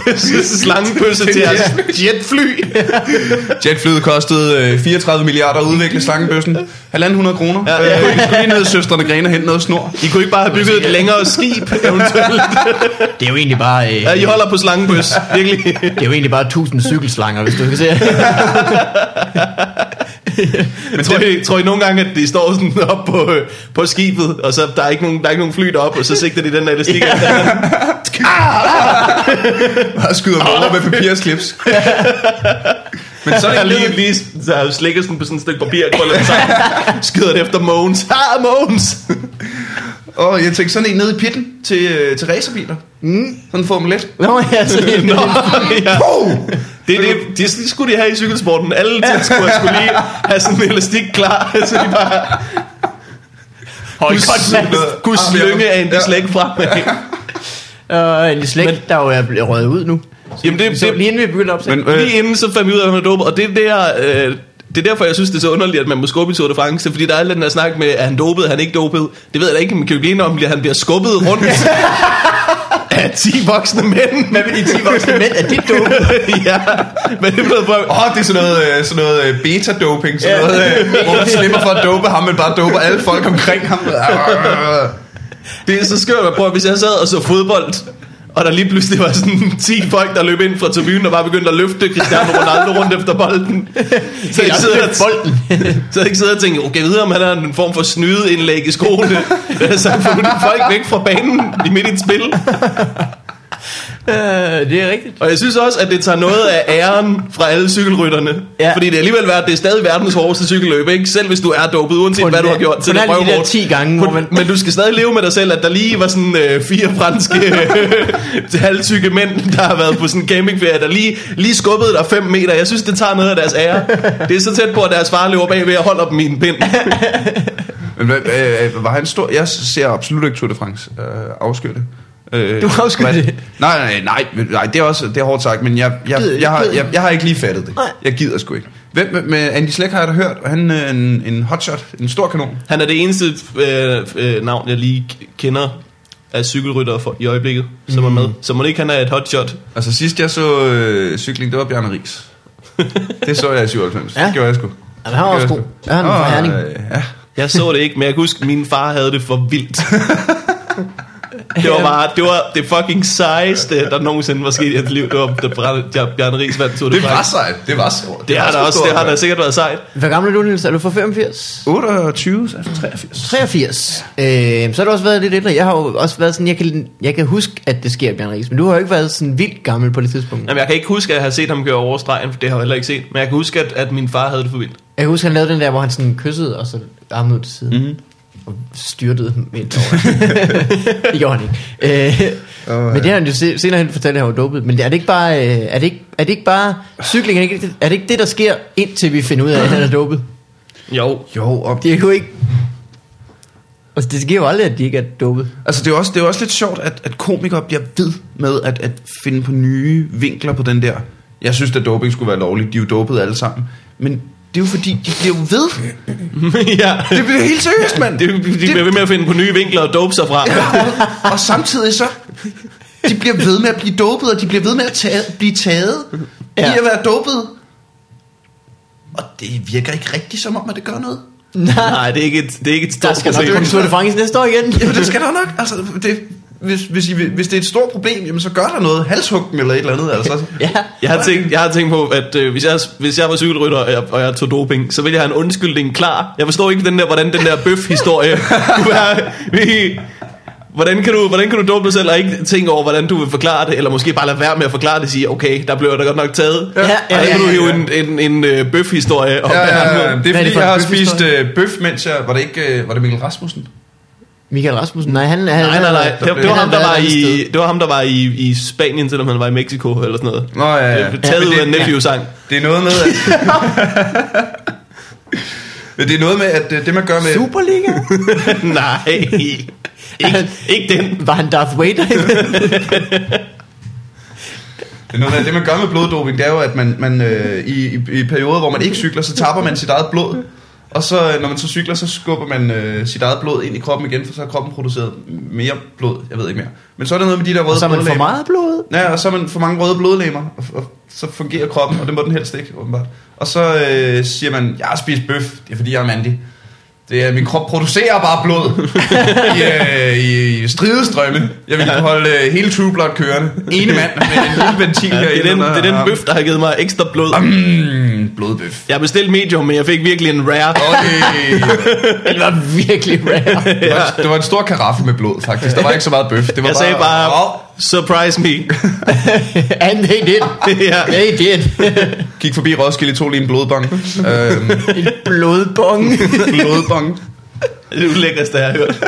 C: slangepøsse til os. Jetfly.
A: Jetflyet kostede øh, fireogtredive milliarder at udvikle slangebøssen. halvanden hundrede kroner.
C: Ja,
A: Ja,
C: ja.
A: ja. Vi skulle lige ned i Søstrene Grene og hente noget snor.
C: I kunne ikke bare have bygget et længere skib, eventuelt.
B: Det er jo egentlig bare... Øh,
C: Ja, I holder på slangebøs, virkelig.
B: det er jo egentlig bare tusind cykelslanger, hvis du kan se.
C: Men tror, I, tror I nogle gange, at de står sådan op på, på skibet, og så der er ikke nogen, der er ikke nogen fly deroppe, og så sigter de den der elastik.
A: Bare skyder dem over med papirsklips.
C: Men så er det lige, lige så slikker sådan på sådan et stykke papir, skyder det efter Mogens. Ah, Mogens!
A: Og jeg tænkte sådan en nede i pitten til, til racerbiler. Mm. Sådan en Formel et.
B: Nå, ja, så det
C: Nå, ja. Det, det, det, det skulle de have i cykelsporten. Alle tilskuere skulle lige have sådan en elastik klar, så de bare hold godt kunne slynge af en ja. Slæk frem.
B: Og en slæk, der jo er blevet røget ud nu.
C: Jamen det,
B: så
C: det,
B: lige inden vi begyndte opsæt.
C: Men, øh, lige inden så fandt vi ud af, at han er dopet. Og det er der... Øh, det er derfor, jeg synes, det er så underligt, at man må skubbe i Tour de France. Fordi der er lidt den der snak med, er han dopet, er han ikke dopet. Det ved jeg da ikke, man kan jo blive enig om, at han bliver skubbet rundt af ti voksne mænd.
B: Hvad med de ti voksne mænd? Er det dopet?
C: Ja, men det er blevet for...
A: Åh, oh, det er sådan noget, sådan noget beta-doping, sådan
B: ja.
A: noget, hvor man slipper for at dope ham, men bare doper alle folk omkring ham.
C: Det er så skørt at prøve, hvis jeg sad og så fodbold, og der lige pludselig var sådan ti folk, der løb ind fra tribunen og bare begyndte at løfte Cristiano Ronaldo rundt efter bolden. Så jeg sidder bolden. Så jeg ikke sidder og tænker, okay, videre om han har en form for snydeindlæg i skoene. Så han får folk væk fra banen i midt i et spil.
B: Uh, det er rigtigt.
C: Og jeg synes også, at det tager noget af æren fra alle cykelrytterne. Ja. Fordi det er alligevel værd, det er stadig verdens hårdeste cykelløb, ikke? Selv hvis du er dopet, uanset hvad du har gjort til det
B: prøvehårdt. De der ti gange, hvor man...
C: Men du skal stadig leve med dig selv, at der lige var sådan øh, fire franske øh, halvtykke mænd, der har været på sådan en campingferie, der lige, lige skubbede dig fem meter. Jeg synes, det tager noget af deres ære. Det er så tæt på, at deres far løber bagved og holder dem i en pind.
A: Men øh, var han stor? Jeg ser absolut ikke Tour de France. Øh, afskyr det.
B: Du har også det.
A: Nej, nej, nej, nej, det er også det er hårdt sagt, men jeg jeg, jeg, jeg, har, jeg, jeg har ikke lige fattet det. Jeg gider sgu ikke. Hvem med, med Andy Schleck har jeg da hørt, han er en, en hotshot, en stor kanon.
C: Han er det eneste øh, øh, navn, jeg lige kender af cykelryttere for, i øjeblikket, mm. som er med. Så må ikke han er et hotshot.
A: Altså sidst jeg så øh, cykling, det var Bjarne Riis. Det så jeg i syvoghalvfems. Ja. Det gjorde jeg sgu.
B: Ja, han var også god. Ja, han var fra Herning.
C: Ja. Jeg så det ikke, men jeg kan huske, at min far havde det for vildt. Det var bare, det var det fucking sejeste, der nogensinde var sket i hans liv. Det var, da Bjarne Riis vandt Tour de France.
A: Det var sejt, det var sejt.
C: Det har der også, det har der sikkert været sejt.
B: Hvor gammel er du, Niels? Er du fra femogfirs?
A: otteogtyve, altså treogfirs.
B: treogfirs. Øh, så har du også været lidt ældre. Jeg har jo også været sådan, jeg kan, jeg kan huske, at det sker, Bjarne Riis. Men du har jo ikke været sådan vildt gammel på det tidspunkt.
C: Jamen, jeg kan ikke huske, at jeg har set ham køre over stregen, for det har jeg heller ikke set. Men jeg kan huske, at, at min far havde det for vildt.
B: Jeg kan huske, at han lavede den der, hvor han sådan kyssede, og så armede ud til siden. Mm-hmm. Og styrtede dem ind over. Det gjorde han ikke. Øh, oh, men det har han jo senere hen fortalt, at han var dopet. Men er det ikke bare, øh, er det ikke, er det ikke bare cykling? Er det ikke, er det ikke det, der sker, indtil vi finder ud af, at han er dopet?
C: Jo.
A: Jo, og
B: det er jo ikke... Altså, det sker jo aldrig, at de ikke er dopet.
A: Altså, det er også, det er også lidt sjovt, at, at komikere bliver ved med at, at finde på nye vinkler på den der. Jeg synes, at doping skulle være lovligt. De er jo dopet alle sammen. Men det er jo fordi, de bliver jo ved.
C: Ja.
A: Det bliver helt seriøst, mand.
C: De, de bliver det... ved med at finde på nye vinkler og dope sig fra.
A: Ja, og, og samtidig så, de bliver ved med at blive dopet, og de bliver ved med at tage, blive taget ja. i at være dopet. Og det virker ikke rigtigt som om, at det gør noget.
C: Nej, det er ikke et, det er ikke et stort
B: der skal nok komme Tour de France næste år igen.
A: Jamen, det skal der nok. Altså, det, hvis, hvis, I, hvis det er et stort problem, jamen, så gør der noget. Halshug eller et eller andet. Altså.
B: Ja.
C: Jeg har tænkt, jeg har tænkt på, at øh, hvis, jeg, hvis jeg var cykelrytter, og jeg, og jeg tog doping, så ville jeg have en undskyldning klar. Jeg forstår ikke, den der, hvordan den der bøf-historie kunne være... Vi, Hvordan kan, du, hvordan kan du dope dig selv og ikke tænke over, hvordan du vil forklare det, eller måske bare lade være med at forklare det og sige, okay, der blev der godt nok taget. Ja, ja, ja, og så kan du hive en, en, en, en bøf-historie op.
A: Ja, ja, ja. Det er fordi, jeg har spist uh, bøf, mens jeg... Var det ikke... Uh, var det Mikkel Rasmussen?
B: Michael Rasmussen? Nej, han... han
C: nej, nej, nej. Det, det, var ham, der var i, det var ham, der var i, i Spanien, selvom han var i Mexico, eller sådan noget.
A: Nå, ja, ja.
C: Taget ud af en Nephew-sang.
A: Det er noget med, at... det er noget med, at det man gør med...
B: Superliga?
C: Nej... Ikke, ikke den.
B: Var han Darth Vader?
A: Det er noget af det, man gør med bloddoping, det er jo, at man, man øh, i, i, i perioder, hvor man ikke cykler, så tapper man sit eget blod. Og så, når man så cykler, så skubber man øh, sit eget blod ind i kroppen igen, for så har kroppen produceret mere blod. Jeg ved ikke mere. Men så er der noget med de der røde blodlegemer.
B: Så er man for meget blod?
A: Ja, og så er man for mange røde blodlegemer, og, og så fungerer kroppen, og det må den helst ikke, åbenbart. Og så øh, siger man, jeg har spist bøf, det er fordi, jeg er mandig. Det er, min krop producerer bare blod i, øh, i stridestrømme. Jeg vil holde øh, hele True Blood kørende. Ene mand med en lille ventil
C: Ja,
A: her.
C: det, er den, det er den bøf, der har givet mig ekstra blod.
A: Mm, blodbøf.
C: Jeg bestilte medium, men jeg fik virkelig en rare.
B: Det var virkelig rare.
A: Det var, det var en stor karaffel med blod, faktisk. Der var ikke så meget bøf. Det var
C: Jeg
A: bare,
C: sagde bare,
A: oh,
C: surprise me.
B: And they did.
C: Ja.
B: They did.
A: gik forbi Roskilde, tog lige en blodbong. øhm,
B: En blodbong.
A: blodbong.
C: Det er det ulækreste, jeg har hørt.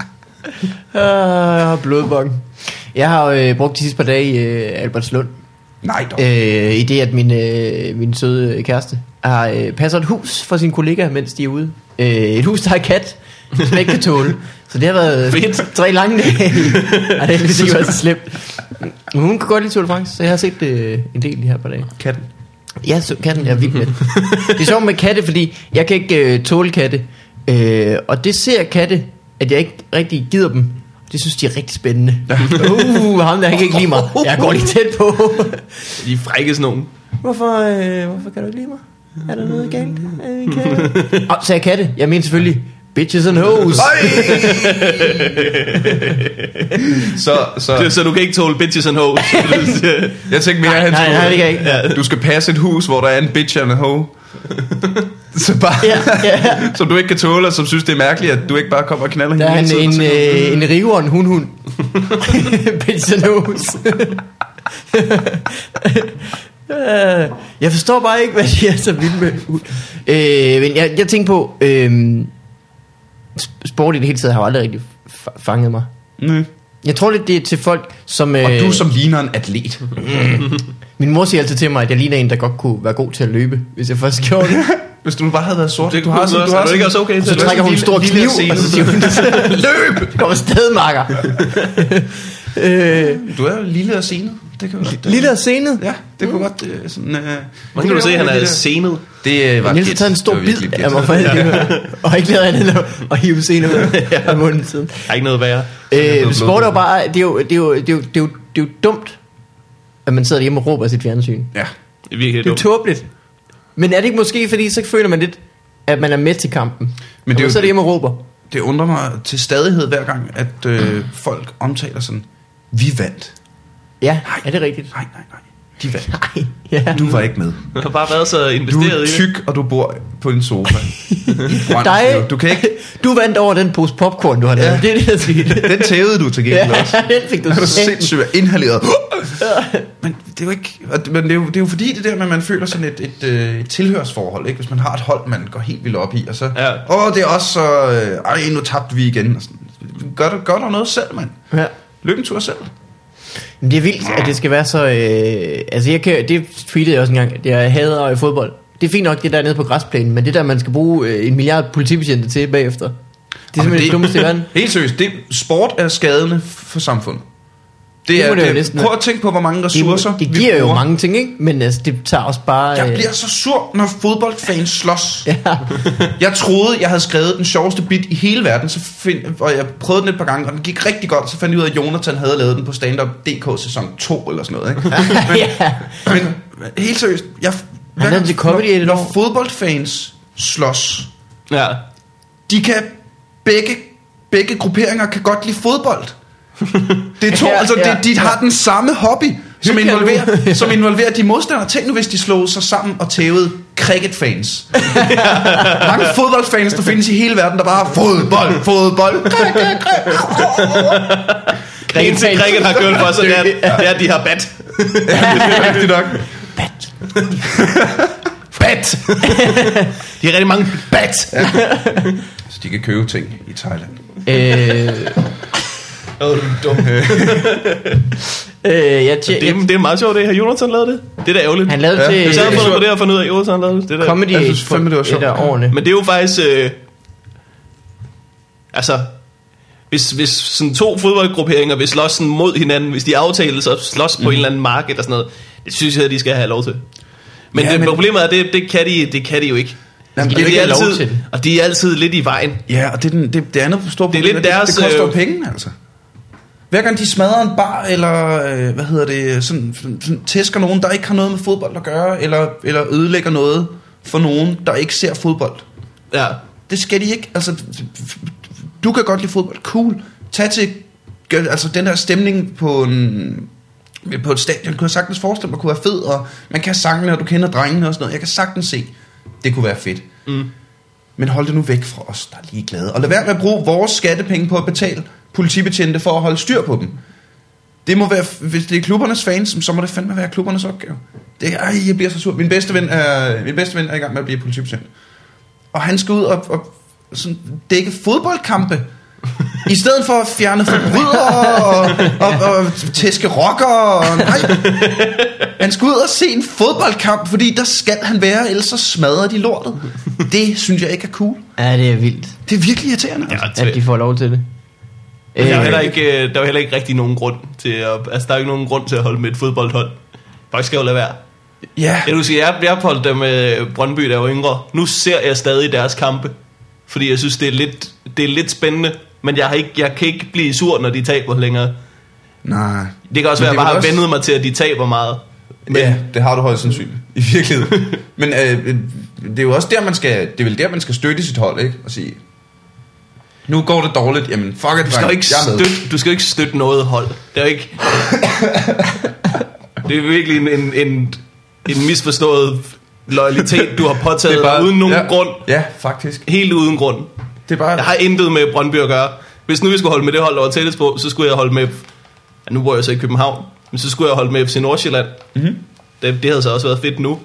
B: Ah, blodbong. Jeg har øh, brugt de sidste par dage i øh, Albertslund.
A: Nej dog.
B: Øh, I det, at min, øh, min søde kæreste har øh, passer et hus for sine kollegaer, mens de er ude. Øh, et hus, der har kat, som ikke kan tåle. Så det har været
C: Fedt.
B: tre lange dage. Ej, det er ikke været så slemt. Men hun kan godt lide Tour de France, så jeg har set øh, en del de her par dage.
C: Katten.
B: Ja, så katten er vild med det. Det er sjovt med katte, fordi jeg kan ikke øh, tåle katte. Øh, og det ser katte, at jeg ikke rigtig gider dem. Det synes de er rigtig spændende. Uh, ham der kan ikke lide mig. Jeg går lige tæt på.
C: De er frække sådan nogen.
B: Hvorfor, øh, hvorfor kan du ikke lide mig? Er der noget galt? Åh, oh, så jeg katte. Jeg mener selvfølgelig bitches and hoes.
A: så, så,
C: Så du kan ikke tåle bitches and hoes.
A: jeg tænkte mere,
B: Nej,
A: han
B: nej,
A: skulle,
B: nej, det kan jeg ikke.
A: ja, du skal passe et hus, hvor der er en bitch and a hoe. Så bare,
B: Ja, ja.
A: som du ikke kan tåle, og som synes, det er mærkeligt, at du ikke bare kommer og knaller
B: Der er
A: hende
B: en,
A: hele tiden,
B: en,
A: og så-
B: øh, en river og en hun-hun. Bitches and hoes. Øh, jeg forstår bare ikke, hvad de er så vilde med. Øh, men jeg, jeg tænker på, øh, sport i det hele taget har jo aldrig rigtig fa- fanget mig.
A: Nej.
B: Jeg tror lidt, det er til folk, som... Øh,
A: Og du som ligner en atlet.
B: Min mor siger altid til mig, at jeg ligner en, der godt kunne være god til at løbe, hvis jeg først gjorde det.
A: Hvis du bare havde været sort.
C: Det
A: du
C: kunne
A: har sådan,
C: du
A: du
C: også.
A: har
C: Er du ikke
A: sådan-
C: også okay
B: Og
C: til
B: så
C: det?
B: trækker hun en stor
A: Lille
B: kniv,
A: scene.
B: og så siger hun, løb! Det kommer stadig, makker. øh,
A: Du er jo lille og senet. Det kan jo godt, øh,
B: lille og senet.
A: Ja, det kunne godt øh, sådan... Øh,
C: Hvordan kan du se, at han er senet?
A: Det øh, var
B: Niels har
A: gæt.
B: taget en stor
A: Det var
B: bid
A: virkelig
B: af
A: gæt.
B: mig for helvede, og ikke lavet andet end at- at hive senet ud af munden siden.
C: Der er ikke noget værre.
B: Øh, sport er jo bare, det er jo, det er jo, det er jo, det er jo, det er jo dumt, at man sidder hjemme og råber af sit fjernsyn.
A: Ja.
C: Det er virkelig
B: Det er jo
C: dumt.
B: tåbeligt. Men er det ikke måske, fordi så føler man lidt, at man er med til kampen? Men
A: det er
B: det
A: jo-
B: så er det hjemme og råber.
A: Det undrer mig til stadighed hver gang, at øh, folk omtaler sådan, vi vandt.
B: Ja, er det rigtigt?
A: Nej, nej, nej. De vandt.
B: Nej, ja.
A: Du var ikke med.
C: Du har bare været så
A: Du
C: investeret
A: er
C: i det.
A: tyk, og du bor på en sofa.
B: Dig,
A: Du kan ikke...
B: du vandt over den pose popcorn, du har lavet.
A: Ja.
B: Det er det, jeg siger.
A: Den tævede du til gengæld
B: Ja,
A: også.
B: den fik du
A: Er du
B: selv.
A: sindssygt inhaleret? Men det er jo ikke... Men det er jo, det er jo fordi det der med, at man føler sådan et, et, øh, et tilhørsforhold, ikke? Hvis man har et hold, man går helt vildt op i, og så...
C: Ja.
A: Åh, det er også så... Øh, ej, nu tabte vi igen. Og sådan. Gør, du, gør du noget selv, mand?
B: Ja.
A: Løb en tur selv.
B: Men det er vildt, at det skal være så... Øh, altså, jeg kan, det tweetede jeg også engang, at jeg hader i fodbold. Det er fint nok, det der nede på græsplænen, men det der, man skal bruge øh, en milliard politibetjente til bagefter. Det er simpelthen det dummeste i verden.
A: Helt seriøst, det, sport er skadende for samfundet. Det
B: Det
A: er,
B: må det jo
A: det,
B: næsten
A: prøv at tænke på, hvor mange ressourcer
B: Det, det
A: vi
B: giver jo
A: bruger.
B: mange ting, ikke? Men altså, det tager også bare...
A: Jeg
B: øh,
A: bliver så sur, når fodboldfans slås.
B: Ja.
A: Jeg troede, jeg havde skrevet den sjoveste bit i hele verden, så find, og jeg prøvede den et par gange, og den gik rigtig godt, og så fandt jeg ud af, at Jonathan havde lavet den på Stand Up punktum d k sæson to eller sådan noget. Ikke? Men,
B: Ja.
A: men helt seriøst, jeg,
B: Han lavede til comedy i et
A: når,
B: år.
A: når fodboldfans slås,
C: Ja.
A: de kan begge, begge grupperinger kan godt lide fodbold. Det er to,
B: Ja,
A: altså
B: ja,
A: de, de har den samme hobby, som
B: Hygge jer nu.
A: involverer, som involverer de modstandere. Tænk nu, hvis de slog sig sammen og tævede cricketfans. Mange fodboldfans, der findes i hele verden, der bare har fodbold, fodbold.
C: Eneste cricket har gjort for, så det er, det er, at de har bat.
A: Det er rigtigt nok.
C: Bat! De har rigtig mange bat.
A: Så de kan købe ting i Thailand.
B: Øh,
C: Åh, du er dum.
B: øh, jeg tje,
C: Det er, det er meget sjovt, det. Har Jonathan lavet det? Det er da ærgerligt.
B: han lavede
A: Ja,
B: til
C: Hvis jeg havde
A: det er
C: fundet på
A: sjovt.
C: det og fundet ud af, at Jonathan lavede det. Det er da-
B: comedy
A: Jeg synes
B: age
A: fandme, det var
B: for
A: sjovt.
B: et af årene.
C: Men det er jo faktisk... Øh, altså... Hvis, hvis sådan to fodboldgrupperinger vil slås sådan mod hinanden, hvis de aftaler sig slås på mm. en eller anden mark eller sådan noget, det synes jeg, at de skal have lov til. Men,
A: Ja,
C: det,
A: men-
C: problemet er, at det, det, kan de, det kan de jo ikke.
A: Jamen,
C: Og
B: det
C: det,
B: vil
C: er
B: jeg lov
C: altid,
B: til.
C: og de er altid lidt i vejen.
A: Ja, og det, er den, det, det andet store
C: Det er
A: problem,
C: lidt
A: det,
C: deres,
A: det koster jo
C: øh,
A: penge, altså. Hver gang de smadrer en bar, eller øh, hvad hedder det, sådan, sådan, sådan tæsker nogen, der ikke har noget med fodbold at gøre, eller, eller ødelægger noget for nogen, der ikke ser fodbold.
C: Ja.
A: Det skal de ikke. Altså, du kan godt lide fodbold. Cool. Tag til altså, den der stemning på en... på et stadion, kunne jeg sagtens forestille mig, kunne være fed, og man kan sangene, og du kender drengene og sådan noget. Jeg kan sagtens se, det kunne være fedt. Mm. Men hold det nu væk fra os, der er lige glade. Og lad være med at bruge vores skattepenge på at betale politibetjente for at holde styr på dem. Det må være, hvis det er klubbernes fans, så må det fandme være klubbernes opgave. Det er, ej, jeg bliver så sur. Min bedste ven er, min bedste ven er i gang med at blive politibetjent. Og han skal ud og, og sådan dække fodboldkampe. I stedet for at fjerne forbrydere og, og, og tæske rockere og, nej. Han skal ud og se en fodboldkamp, fordi der skal han være, ellers så smadrer de lortet. Det synes jeg ikke er cool.
B: Ja, det er vildt.
A: Det er virkelig irriterende,
C: ja,
B: at de får lov til det.
C: Der er heller ikke, der er heller ikke rigtig nogen grund til at, altså der er ikke nogen grund til at holde med et fodboldhold. Faktisk skal jo lade være.
A: Ja.
C: Jeg vil sige, jeg jeg holdt dem med Brøndby, der var yngre. Nu ser jeg stadig deres kampe, fordi jeg synes det er lidt, det er lidt spændende. Men jeg, har ikke, jeg kan ikke blive sur, når de taber længere.
A: Nej.
C: Det kan også være, at jeg bare har også... vendet mig til, at de taber meget.
A: Men... Ja, det har du højst sandsynligt. I virkeligheden. Men øh, det er jo også der, man skal, det er vel der, man skal støtte sit hold, ikke? Og sige, nu går det dårligt, jamen fuck it,
C: du skal, ikke støtte, du skal ikke støtte noget hold. Det er jo ikke... det er virkelig en, en, en, en misforstået loyalitet, du har påtaget bare, uden nogen
A: ja,
C: grund.
A: Ja, faktisk.
C: Helt uden grund.
A: Det er bare...
C: Jeg har intet med Brøndby at gøre. Hvis nu vi skulle holde med det hold, der var tættest på, så skulle jeg holde med... Ja, nu bor jeg så i København, men så skulle jeg holde med F C Nordsjælland. Mm-hmm. Det, det havde så også været fedt nu.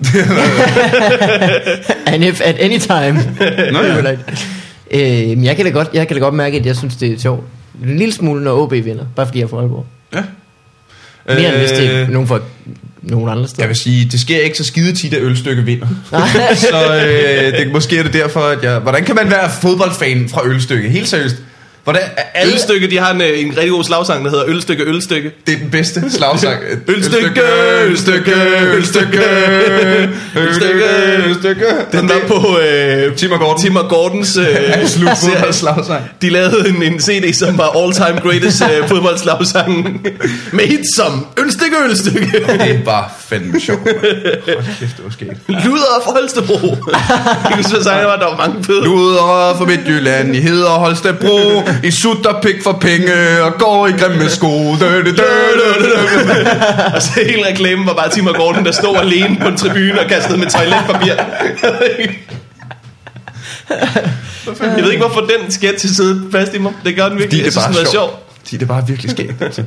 B: And if at any time. Nå, ja. øh, jeg, kan da godt, jeg kan da godt mærke, at jeg synes, det er sjovt. En lille smule, når O B vinder. Bare fordi jeg er fra Aalborg. Ja. Mere end hvis det er nogen, for, nogen andre steder.
A: Jeg vil sige, det sker ikke så skide tit, at Ølstykke vinder. Så øh, det, måske er det derfor, at jeg... Hvordan kan man være fodboldfan fra Ølstykke? Helt seriøst. Hvordan,
C: alle... Ølstykke, de har en, en rigtig god slagsang, der hedder Ølstykke, Ølstykke.
A: Det er den bedste slagsang.
C: Ølstykke, Ølstykke, Ølstykke, Ølstykke, Ølstykke. Den var på øh,
A: Tim og Gordon.
C: Tim og Gordons øh,
A: slagsang.
C: De lavede en, en C D, som var all time greatest øh, fodboldslagsang. Med hits som Ølstykke, Ølstykke.
A: Det er bare fandme sjovt. Hold kæft, det var sket.
C: Luder for Holstebro. Jeg kunne sige, at der var mange fede.
A: Luder for Midtjylland, I hedder Holstebro. I sutter pik for penge og går i grimme sko.
C: Og så hele reklamen var bare Tim og Gordon, der stod alene på en tribune og kastede med toiletpapir. Jeg ved ikke, hvorfor den sketch sidder fast i mig. Det gør den virkelig.
A: Fordi det er bare
C: sjovt.
A: sjovt. Fordi det er bare virkelig skægt.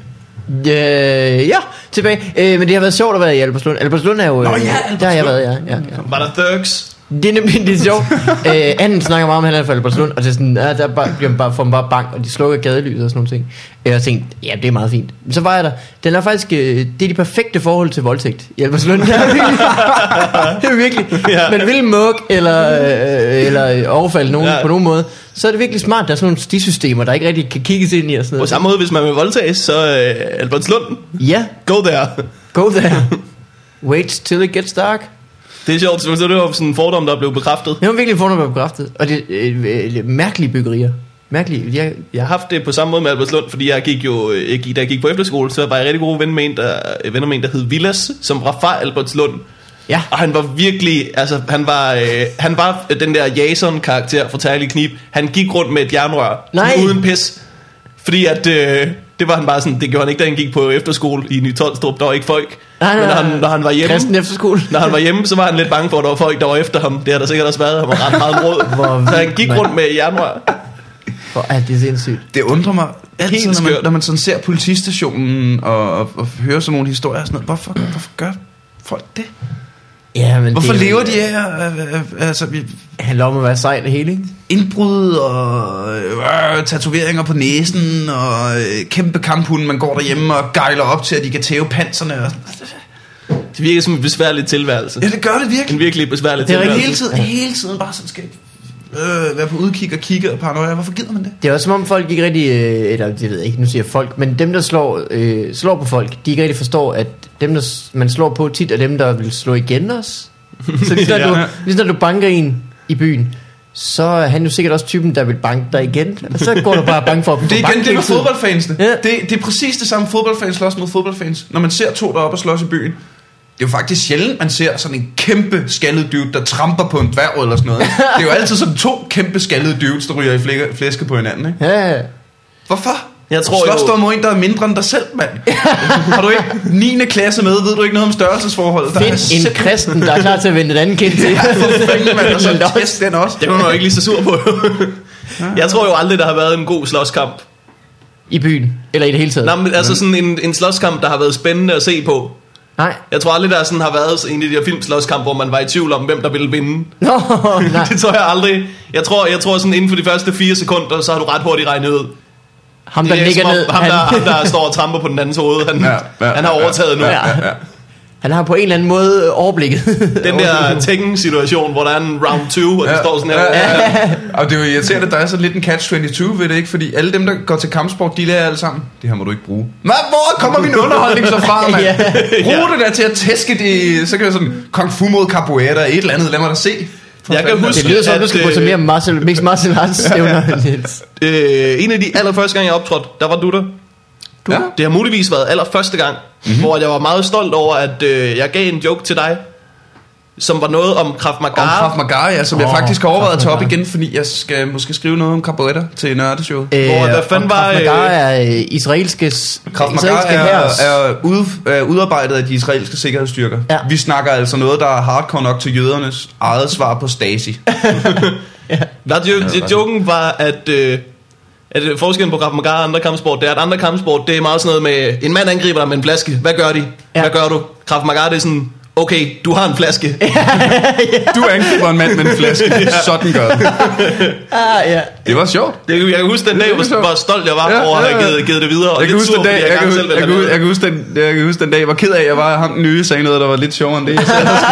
B: Yeah, ja, tilbage. Øh, men det har været sjovt at være i Albertslund. Albertslund er jo...
A: Nå ja,
B: der har jeg været, ja. ja, ja.
C: Var der thugs?
B: Det er nemlig det er sjovt. øh, Anden snakker meget om, han er fra Albertslund, og det er sådan, ja, der bare, bliver bare, får man bare bank, og de slukker gadelyset og sådan nogle ting. Og jeg tænkte, ja, det er meget fint. Men så var jeg der. Den er faktisk, øh, det er de perfekte forhold til voldtægt i Albertslund. Det er virkelig, det er virkelig. Ja. Man vil mug eller, øh, eller overfalde nogen ja. på nogen måde, så er det virkelig smart. Der er sådan nogle stisystemer, der ikke rigtig kan kigges ind i og sådan noget.
C: På samme måde, hvis man vil voldtages, så øh, Albertslund.
B: Ja.
C: Go there.
B: Go there. Wait till it gets dark.
C: Det er sjovt, så det var sådan en fordom, der blev bekræftet.
B: Det var virkelig en fordom, der blev bekræftet. Og det er øh, øh, mærkelige byggerier. Mærkelige. Jeg,
C: jeg har haft det på samme måde med Albertslund, fordi jeg gik jo, jeg gik, da jeg gik på efterskole, så var jeg rigtig god ven med en, der, venner med en, der hed Villas, som var fra Albertslund.
B: Ja.
C: Og han var virkelig, altså han var, øh, han var den der Jason-karakter fra Terlig Knib. Han gik rundt med et jernrør, uden pis. Fordi at, øh, det var han bare sådan, det gjorde han ikke, da han gik på efterskole i Ny Tolstrup, der var ikke folk.
B: Nej, nej,
C: men når han, når han var hjemme,
B: Kristen efterskole.
C: når han var hjemme, så var han lidt bange for, at der var folk, der var efter ham. Det har der sikkert også været, han var ret meget råd. Så han gik rundt med jernrør.
B: Hvor er det sindssygt.
A: Det undrer mig altid, når man, når man sådan ser politistationen og, og, og hører sådan nogle historier og sådan noget. Hvorfor, hvorfor gør folk det?
B: Ja, men
A: hvorfor
B: det,
A: lever de her? Altså, vi,
B: han lover med at være sej det hele, ikke?
A: Indbrud og øh, tatoveringer på næsen og øh, kæmpe kamphunde, man går derhjemme og gejler op til, at de kan tæve panserne. Og
C: det virker som en besværlig tilværelse.
A: Ja, det gør det virkelig.
C: En virkelig besværlig
A: det er
C: tilværelse.
A: Hele tiden, hele tiden bare sådan skal øh, være på udkig og kigge og paranoia. Hvorfor gider man det?
B: Det er også som om folk ikke rigtig, øh, eller det ved jeg ikke, nu siger jeg folk, men dem der slår, øh, slår på folk, de ikke rigtig forstår, at dem der man slår på tit er dem der vil slå igen os. Så lige når, ja. du, lige når du banker en i byen, så er han jo sikkert også typen, der vil banke dig igen. Og så går du bare bange for at få
A: det er igen det med fodboldfansene.
B: Ja.
A: Det, det er præcis det samme, fodboldfans slås mod fodboldfans. Når man ser to deroppe og slås i byen, Det er jo faktisk sjældent, man ser sådan en kæmpe skaldet dude, der tramper på en dværg eller sådan noget. Det er jo altid sådan to kæmpe skaldede dudes, der ryger i flæ- flæske på hinanden, ikke?
B: Ja, ja.
A: Hvorfor?
C: Jeg tror
A: Slås
C: jo-
A: du mod en, der er mindre end dig selv, mand? Har du ikke niende klasse med? Ved du ikke noget om størrelsesforholdet? Der er
B: Find en
A: simpelthen-
B: kristen, der er klar til at vende den anden kind til.
A: For fanden, mand, og så test den også.
C: Det var man jo ikke lige så sur på. Jeg tror jo aldrig, der har været en god slåskamp.
B: I byen, eller i det hele taget.
C: Nej, men altså sådan en, en slåskamp, der har været spændende at se på.
B: Nej.
C: Jeg tror aldrig, der sådan har været en af de her filmslåskamp, hvor man var i tvivl om, hvem der ville vinde.
B: Nå, nej.
C: Det tror jeg aldrig. Jeg tror, jeg tror sådan inden for de første fire sekunder, så har du ret hurtigt regnet ud.
B: Ham, der
C: Det er
B: ligger
C: som om
B: ned.
C: ham,
B: han,
C: der, ham, der står og tramper på den andens hoved. Han,
A: Ja, ja,
C: han har
A: ja,
C: overtaget nu.
B: ja. Han har på en eller anden måde overblikket.
C: Den der Tekken-situation, hvor der er en round to, og de står sådan her.
A: Ja, ja, ja. Og det er jo irriterende, at der er sådan lidt en catch twenty-two ved det, ikke? Fordi alle dem, der går til kampsport, de lærer alle sammen. Det her må du ikke bruge. Men hvor kommer min underholdning så fra, mand?
B: Ja.
A: Brug det der til at tæske det. Så kan jeg sådan, kung fu mod capoeira, et eller andet. Lad mig da se. For
C: Jeg kan
A: fanden,
C: huske,
B: Det lyder som,
C: at,
B: du skal få
C: øh,
B: så mere martial, mixed martial arts evner.
C: Øh, en af de allerførste gange, jeg optrådte, der var du der.
A: Du? Ja.
C: Det har muligvis været allerførste gang, mm-hmm. hvor jeg var meget stolt over, at øh, jeg gav en joke til dig, som var noget om Krav Maga.
A: Om Krav Maga, ja, som oh, jeg
B: Åh,
A: faktisk har overvejet at tage op
B: Krav Maga.
A: igen, fordi jeg skal måske skrive noget om capoeira til nørdeshowet.
B: Øh,
C: Hvor, hvad fanden
B: og
C: var,
B: Krav Maga
C: øh,
B: er øh, israelske,
A: Krav Maga
B: israelske
A: er,
B: hærs.
A: er, ud, er udarbejdet af de israelske sikkerhedsstyrker.
B: Ja.
A: Vi snakker altså noget, der er hardcore nok til jødernes eget svar på Stasi.
C: Nej, det, joken var, at, øh, at forskellen på Krav Maga og andre kampsport, det er, at andre kampsport, det er meget sådan noget med, en mand angriber dig med en flaske, hvad gør de?
B: Ja.
C: Hvad gør du? Krav Maga, det er sådan, okay, du har en flaske.
A: Du angriber en mand med en flaske. Sådan gør det.
B: Ah, ja.
A: Det var sjovt.
C: Det, jeg kan huske den dag, hvor, hvor stolt jeg var
A: Ja,
C: over at
A: ja, ja.
C: have givet, givet det videre. Og
A: Jeg kan,
C: lidt
A: huske
C: sur,
A: den dag,
C: fordi
A: jeg, kan,
C: engang selv
A: jeg,
C: ville
A: kan,
C: have
A: jeg, kan huske den, jeg kan huske den dag, jeg var ked af, at jeg var ham den nye, sagde noget, der var lidt sjovere end det.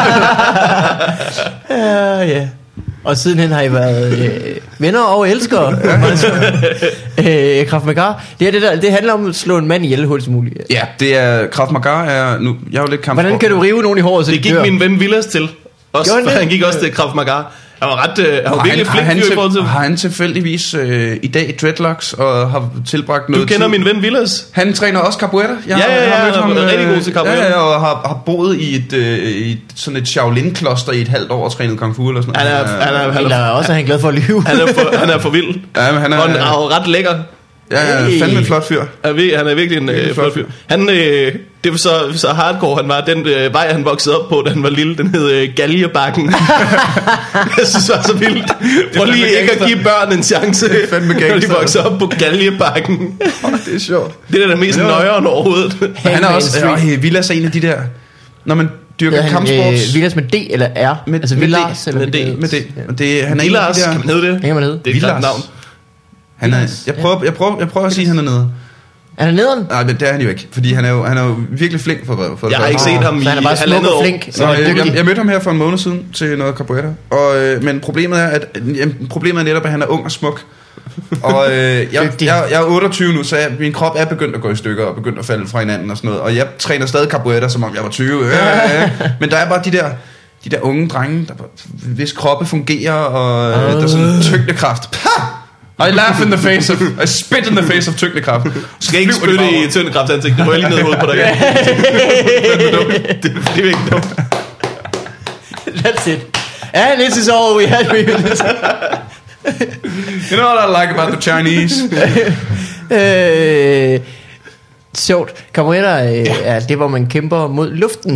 B: Ja, ja. Og sidenhen har I været øh, venner og elskere. øh, Krav Maga. Det, er det, der, det handler om at slå en mand ihjel hurtigst muligt.
A: Ja, det er Krav Maga er nu. Jeg er jo lidt kampsport.
B: Hvordan kan du rive nogen i håret, så
C: Det
B: de
C: gik
B: dør?
C: min ven Villas til. Også,
B: Gjorde han det?
C: han gik også til Krav Maga. Han var ret, øh, han var
A: Har
C: virkelig
A: han,
C: flink
A: har, han
C: fyr i forhold
A: til,
C: til.
A: har han tilfældigvis øh, i dag dreadlocks og har tilbragt
C: Du
A: noget
C: kender
A: tid?
C: min ven Villas.
A: Han træner også capoeira. Jeg
C: Ja,
A: har,
C: ja, ja,
A: har mødt
C: han
A: ham,
C: er rigtig
A: øh,
C: god til capoeira.
A: Ja, ja, og har, har boet i et, øh, i et sådan et Shaolin-kloster i et halvt år og trænet kung fu eller sådan
C: Han
A: noget.
C: er, han er, han
B: Eller
C: er,
B: også er han glad for at lyve.
C: han er, for, han er for vild.
A: Ja, men han er,
C: Og han er jo ret lækker.
A: ja, ja,
B: Hey.
A: fandme en flot fyr.
C: Han er, han er virkelig en øh, flot fyr. Han, øh, det var så, så hardcore han var. Den øh, vej, han voksede op på, da han var lille, den hed øh, Galjebakken. Jeg synes, det var så vildt. Prøv lige
A: fandme
C: ikke at
A: gangster.
C: give børn en chance,
A: Det er fandme
C: når de
A: gangster.
C: vokser op på Galjebakken.
A: Oh, det er sjovt.
C: Det er da det mest
A: Ja.
C: nøjeren overhovedet.
A: Han er
B: Hangman
A: også,
B: Street.
A: ja, Villas er en af de der, når man dyrker
B: Hedder han
A: kampsport.
B: øh, Villas med D eller R?
A: Med-
B: altså
A: med
B: Villars
A: D.
B: eller
C: Med D.
B: Villas?
A: Med det,
B: Ja.
A: og det, han er en af
C: Villas,
A: de
C: kan
A: der,
C: man hedde det?
B: Det kan man hedde.
C: Det er et klart navn.
A: han er, jeg prøver, jeg prøver, jeg prøver at sige, at han er nede.
B: Er han nederen?
A: Nej, men det er han jo ikke, fordi han er jo, han er jo virkelig flink for, for
C: Jeg har ikke set ham i
B: Så han er bare smuk
C: halvandet
B: og
C: år.
B: flink.
A: Så
B: han er
A: jeg,
B: dygtig.
A: jeg, jeg mødte ham her for en måned siden til noget capoeira, og, øh, men problemet er, at jamen, problemet er netop, at han er ung og smuk. Og øh, jeg,
B: Dygtig.
A: jeg, jeg er otteogtyve nu, så jeg, min krop er begyndt at gå i stykker og begyndt at falde fra hinanden og sådan noget. Og jeg træner stadig capoeira, som om jeg var tyve. Øh, øh. Men der er bare de der, de der unge drenge, der, hvis kroppe fungerer, og øh, der er sådan en tyngdekraft. Pah! I laugh in the face of, I spit in the face of tyngdekraft.
C: Du skal ikke spytte i tyndekraft ansigt. Det rører lige ned i hovedet på dig. Igen. Det det er virkelig dumt.
B: That's it. And this is all we had for you.
A: You know what I like about the Chinese?
B: øh, sjovt. Capoeira øh, er det, hvor man kæmper mod luften.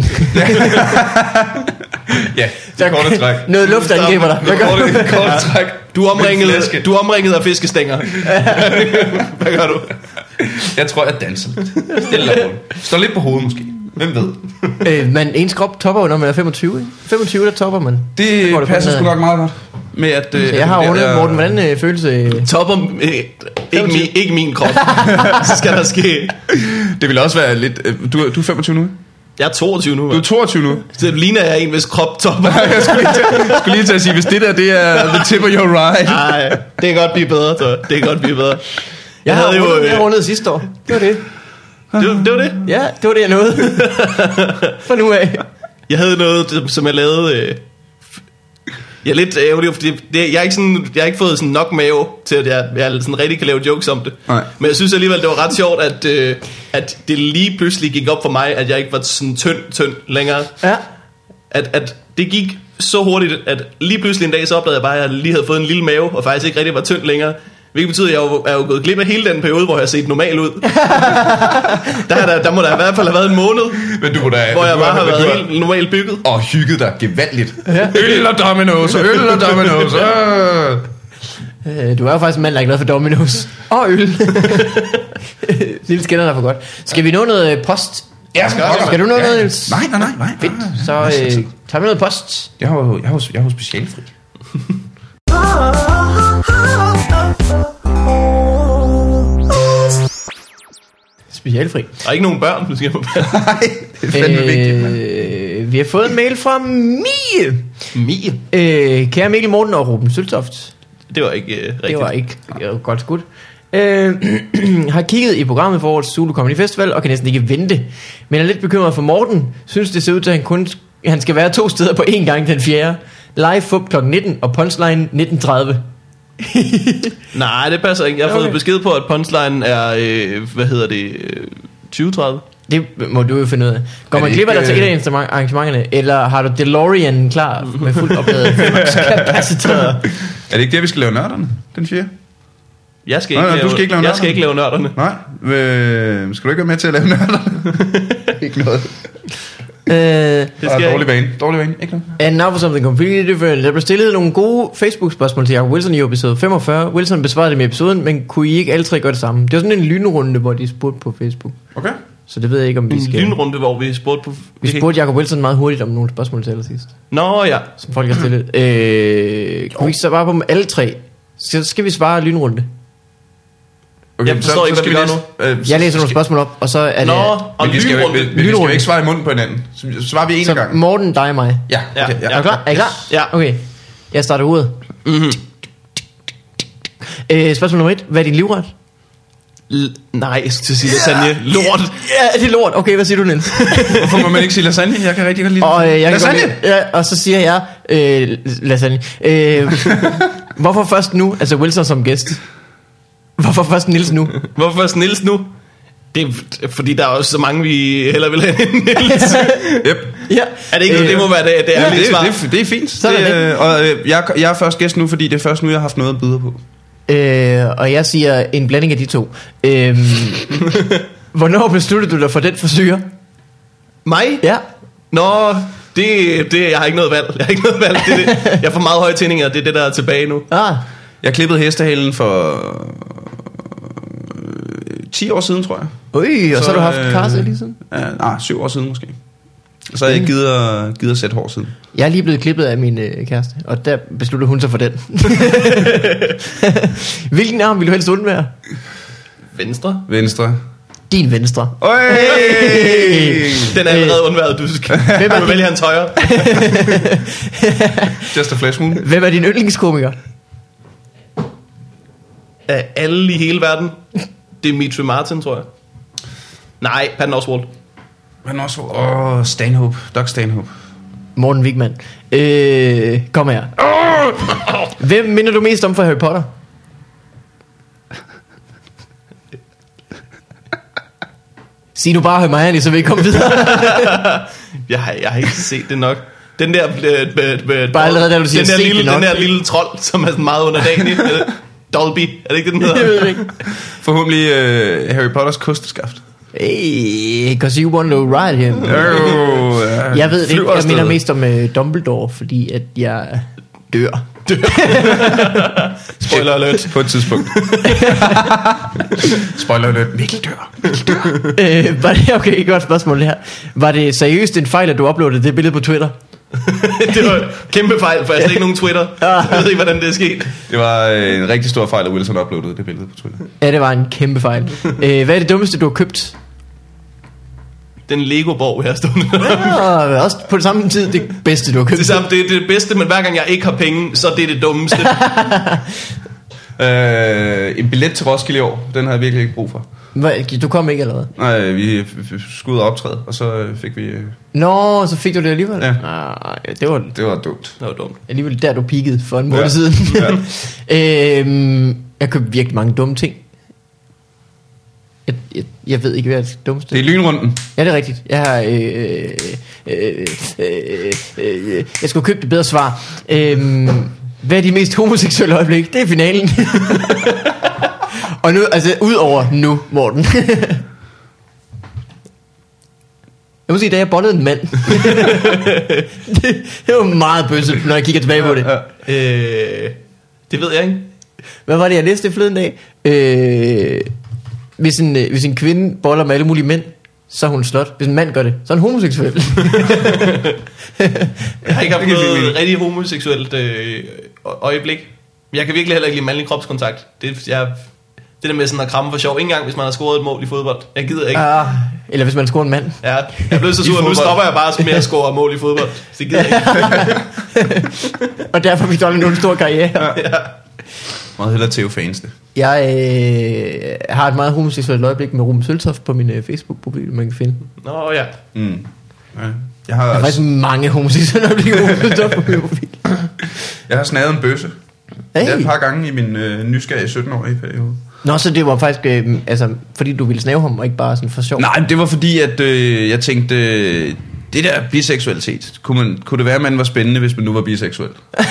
A: Ja, det er korte træk.
B: Noget luft angriber dig. Hvad gør du?
A: Korte, korte træk.
C: Du er omringet,
A: Med flaske.
C: du er omringet af fiskestænger. Hvad gør du?
A: Jeg tror, jeg danser lidt. Stille og roligt. Står lidt på hovedet måske. Hvem ved?
B: øh, man, ens krop topper jo, når man er femogtyve. Ikke? femogtyve, der topper man.
A: Det,
B: Går det
A: passer
B: på
A: sgu nok meget godt. Med at, øh,
B: Så jeg har
A: at-
B: rundet,
A: jeg-
B: Morten, hvordan øh, føles øh,
C: Topper øh, ikke, min, ikke min krop. Så skal der ske.
A: Det vil også være lidt... øh, Du, er- du er femogtyve nu?
C: Jeg er toogtyve nu.
A: Du er
C: Man.
A: toogtyve nu?
C: Så ligner jeg en, hvis krop topper.
A: Jeg skulle lige, til, skulle lige til at sige, hvis det der, det er the tip of your ride.
C: Nej, det kan godt blive bedre, tror jeg. Det kan godt blive bedre. Jeg,
B: Jeg har
C: havde jo...
B: rundet, jeg
C: Øh,
B: rundet sidste år. Det var det.
C: det, var- det var det.
B: Ja, det var det, jeg nåede. Fra nu af.
C: Jeg havde noget, som jeg lavede... Øh, Jeg er lidt ærgerlig, fordi det, jeg, er ikke sådan, jeg har ikke fået sådan nok mave til, at jeg, jeg sådan rigtig kan lave jokes om det.
A: Nej.
C: Men jeg synes alligevel, det var ret sjovt, at, øh, at det lige pludselig gik op for mig, at jeg ikke var sådan tynd, tynd længere.
B: Ja.
C: At, at det gik så hurtigt, at lige pludselig en dag, så opdagede jeg bare, at jeg lige havde fået en lille mave, og faktisk ikke rigtig var tynd længere. Hvilket betyder, at jeg er jo gået glip af hele den periode, hvor jeg har set normal ud. der, der, der må der i hvert fald have været en måned,
A: Men du må da,
C: hvor jeg
A: du
C: bare har
A: du
C: været helt normalt bygget.
A: Og hygget dig gevaldigt.
B: Ja.
A: Øl og Domino's, øl og Domino's. Øh.
B: Øh, Du er jo faktisk en mand, der er glad for Domino's. Og øl. Niels kender dig for godt. Skal vi nå noget øh, post?
A: Ja,
C: Skal
A: pokker.
B: Skal du nå
A: Ja.
B: noget, Niels?
A: Nej, nej, nej. nej.
B: Fedt. Så øh, tager vi noget post.
A: Jeg har jo jeg har, jeg har specialfri.
B: Specialfri.
C: Der er ikke nogen børn, du skal på børn.
A: Nej, det er fandme øh, vigtigt, mand.
B: Øh, vi har fået en mail fra Mie.
C: Mie.
B: Øh, kære Mikkel Morten og Ruben Søltoft.
C: Det var ikke uh, rigtigt.
B: Det var ikke det var godt skudt. Øh, har kigget i programmet for årets Zulu Comedy Festival og kan næsten ikke vente. Men er lidt bekymret for Morten. Synes det ser ud til at han kun han skal være to steder på én gang den fjerde. Live fup klokken nitten og punchline nitten tredive.
C: Nej, det passer ikke. Jeg har fået
B: Okay.
C: besked på, at punchline er, øh, hvad hedder det, øh, tyve tredive.
B: Det må du jo finde ud af. Går
A: Er
B: man
A: det
B: glip af
A: ikke,
B: dig til et af arrangementerne, eller har du DeLorean klar med fuldt opladet kapacitet?
A: Er det ikke det, vi skal lave nørderne? Den fjerde?
C: Jeg skal
A: Nej,
C: ikke,
A: nej,
C: lave,
A: du skal ikke lave
C: jeg skal
A: nørderne.
C: ikke lave nørderne.
A: Nej. Øh, skal du ikke være med til at lave nørderne? Ikke noget.
B: Øh,
C: Det skal
A: Ah,
C: jeg
A: dårlig
C: ikke.
A: vane. Dårlig vane. Ikke noget.
B: And now for something completely different. Der blev stillet nogle gode Facebook-spørgsmål til Jacob Wilson i episode femogfyrre. Wilson besvarede dem i episoden, men kunne I ikke alle tre gøre det samme? Det var sådan en lynrunde, hvor de spurgte på Facebook.
A: Okay.
B: Så det ved jeg ikke, om vi
C: En
B: skal...
C: lynrunde, hvor vi spurgte på...
B: Vi spurgte Jacob Wilson meget hurtigt om nogle spørgsmål til allersidst,
C: Nå ja.
B: som folk har stillet. Øh, kunne vi ikke så bare på dem alle tre? Så skal vi svare lynrunde.
A: Okay,
C: Jeg forstår ikke,
A: skal
C: hvad vi
A: læse- øh,
B: Jeg læser nogle
A: skal-
B: spørgsmål op, og så er det...
C: Nå, og
A: Men vi skal, jo,
C: lynrunde.
A: vi, vi skal jo
B: Lynrunde.
A: ikke svare i munden på hinanden. Så så svarer vi en
B: Så
A: af gangen.
B: Morten, dig og mig.
A: Ja, okay,
C: Ja.
B: Er du klar? Er I klar?
C: Ja.
B: Okay. Jeg starter uret.
C: Mm-hmm.
B: Øh, spørgsmål nummer et. Hvad er din livret?
C: L- nej, jeg skal til at sige lasagne. Lort.
B: Ja, det er lort. Okay, hvad siger du, Niels?
A: Hvorfor må man ikke sige lasagne? Jeg kan rigtig godt lide
B: Og, øh, jeg kan
A: lasagne.
B: godt lide- ja, og så siger jeg øh, lasagne. Øh, hvorfor først nu? Altså Wilson som gæst. Hvorfor først Niels nu?
C: Hvorfor først Niels nu? Det er fordi, der er også så mange, vi hellere vil have end Niels.
A: Yep.
B: Ja.
C: Er det ikke
B: Øh,
C: det, må være det, det er
A: Ja,
C: mit
A: det,
C: svar.
A: det, det er fint.
B: Sådan
A: det,
B: er det.
A: øh, og øh, jeg, jeg er først gæst nu, fordi det er først nu, jeg har haft noget at byde på.
B: Øh, og jeg siger en blanding af de to. Øh, hvornår besluttede du dig for den forsyre?
C: Mig?
B: Ja.
C: Nå, det, det, jeg har ikke noget valg. Jeg har ikke noget valg. Det, er det. Jeg får meget høje tændinger, det er det, der er tilbage nu.
B: Ah,
A: Jeg klippede hestehalen for øh, ti år siden, tror jeg.
B: Øj, og så, så har du haft
A: øh,
B: karse lige siden?
A: Ja, nej, syv år siden måske. Og så har jeg ikke givet at, givet at sætte hår siden.
B: Jeg er lige blevet klippet af min øh, kæreste, og der besluttede hun sig for den. Hvilken arm vil du helst undvære?
C: Venstre.
A: Venstre.
B: Din venstre.
A: Øj!
C: Den er allerede undværet, du skal
B: Hvem er
C: du vælge hans højre.
A: Just a flash moon.
B: Hvem er din yndlingskomiker?
C: Af alle i hele verden. Dimitri Martin, tror jeg. Nej, Patton Oswalt.
A: Men også, åh, Stanhope. Doc Stanhope.
B: Morten Wigman. Øh, kom her. Hvem minder du mest om for Harry Potter? Sig nu bare Hermione, så vi kan komme videre.
C: Jeg har, jeg har ikke set det nok. Den der... Øh, øh, øh,
B: Bare allerede der, du siger,
C: den der,
B: set
C: lille,
B: det nok.
C: den der lille trold, som er sådan meget underdanig. Øh, Dolby, er det ikke det, den hedder?
B: Jeg ved det ikke.
A: Forhåbentlig øh, Harry Potters kosteskaft.
B: Hey, because you want to ride him.
A: Oh, ja.
B: Jeg ved det ikke.
A: Flyver
B: Jeg
A: afsted.
B: minder mest om uh, Dumbledore, fordi at jeg dør.
C: Spoiler alert.
A: På et tidspunkt. Spoiler alert. Mikkel dør.
B: øh, var det, okay, godt spørgsmål det her. Var det seriøst en fejl, at du uploadede det billede på Twitter?
C: Det var en kæmpe fejl, for jeg har slet ikke nogen Twitter. Jeg ved ikke, hvordan det er sket.
A: Det var øh, en rigtig stor fejl, at Wilson uploadede det billede på Twitter.
B: Ja, det var en kæmpe fejl. øh, hvad er det dummeste, du har købt?
C: Den Lego-borg, jeg har stående.
B: Ja, også på det samme tid det bedste, du har købt.
C: Det, samme, det er det bedste, men hver gang jeg ikke har penge, så er det det dummeste.
A: Øh, en billet til Roskilde i år, den har jeg virkelig ikke brug for.
B: Hvad, du kom ikke allerede?
A: Nej, vi f- skulle ud og optræde, og så øh, fik vi... Øh,
B: Nå, så fik du det alligevel?
A: Ja.
B: Nej, det var
A: det var dumt.
C: Det var dumt.
B: alligevel der, du peakede for en måned
A: Ja.
B: siden.
A: Ja.
B: øhm, jeg købte virkelig mange dumme ting. Jeg, jeg, jeg ved ikke, hvad er det dummeste.
A: Det er lynrunden.
B: Ja, det er rigtigt. Jeg har... Øh, øh, øh, øh, øh, jeg skulle købe det bedre svar. Øh, hvad er de mest homoseksuelle øjeblik? Det er finalen. Og nu, altså, udover nu, Morten. Jeg må sige, da jeg bollede en mand. det, det var meget bøsset, når jeg kigger tilbage på det.
C: Øh, det ved jeg ikke.
B: Hvad var det, jeg læste forleden dag? Øh, hvis, en, øh, hvis en kvinde boller med alle mulige mænd, så er hun slot. Hvis en mand gør det, så er han homoseksuel.
C: Jeg har ikke haft
A: Det kan vi-
C: noget rigtig homoseksuelt øh, øjeblik. Jeg kan virkelig heller ikke lide mandlig kropskontakt. Det, jeg, det der med sådan at kramme for sjov. Ikke engang hvis man har scoret et mål i fodbold. Jeg gider ikke.
B: Ah, eller hvis man scorer en mand.
C: Ja, jeg er blevet så
A: I
C: sur, nu
A: fodbold.
C: stopper jeg bare med at score mål i fodbold. Så det gider jeg ikke.
B: Og derfor fik Dolly nu en stor karriere.
C: Ja.
A: Meget hellere Theo Fansene.
B: Jeg øh, har et meget homoseksuelt øjeblik med Ruben Søltoft på min øh, Facebook-profil, man kan finde.
C: Nå ja.
A: Mm. Ja. Jeg har,
B: Der er faktisk mange homoseksuelle øjeblikke med Ruben Søltoft på min profil.
A: jeg har snadet en bøsse.
B: Hey.
A: Det er et par gange i min øh, nysgerrige sytten-årige periode.
B: Nå, så det var faktisk, øh, altså, fordi du ville snave ham, og ikke bare sådan for sjov.
A: Nej, men det var fordi, at øh, jeg tænkte, øh, det der biseksualitet, kunne, man, kunne det være, at man var spændende, hvis man nu var biseksuel?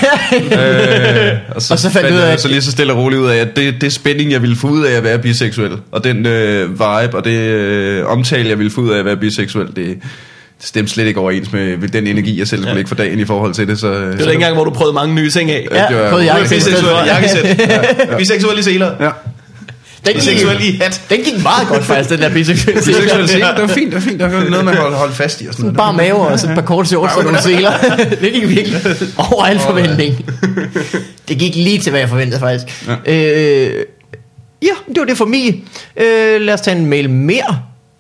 A: øh, og, så
B: Og så fandt du ud af,
A: jeg
B: at-
A: så lige så stille og roligt ud af, at det, det spænding, jeg ville få ud af at være biseksuel, og den øh, vibe, og det øh, omtale, jeg ville få ud af at være biseksuel, det, det stemte slet ikke overens med, med den energi, jeg selv skulle
C: Ja.
A: lægge for dagen i forhold til det. Så,
C: Det var den engang, hvor du prøvede mange nye ting af.
B: Ja,
A: det var-
B: prøvede
C: Nu er
B: jakkesæt i stedet
C: biseksuel
B: for.
C: i jakkesæt. Biseksuel i seler.
A: Ja.
B: Den gik,
C: Biseksuel i hat.
B: den gik meget godt faktisk, den der biseksualitet.
A: Biseksualitet, det var fint, det var fint. Der var noget, man holdt holde fast i og sådan noget.
B: Bare mave og så et par korte shorts og nogle seler. Det gik virkelig over al forventning. Det gik lige til, hvad jeg forventede faktisk.
A: Ja.
B: Øh, ja, det var det for mig. Øh, lad os tage en mail mere.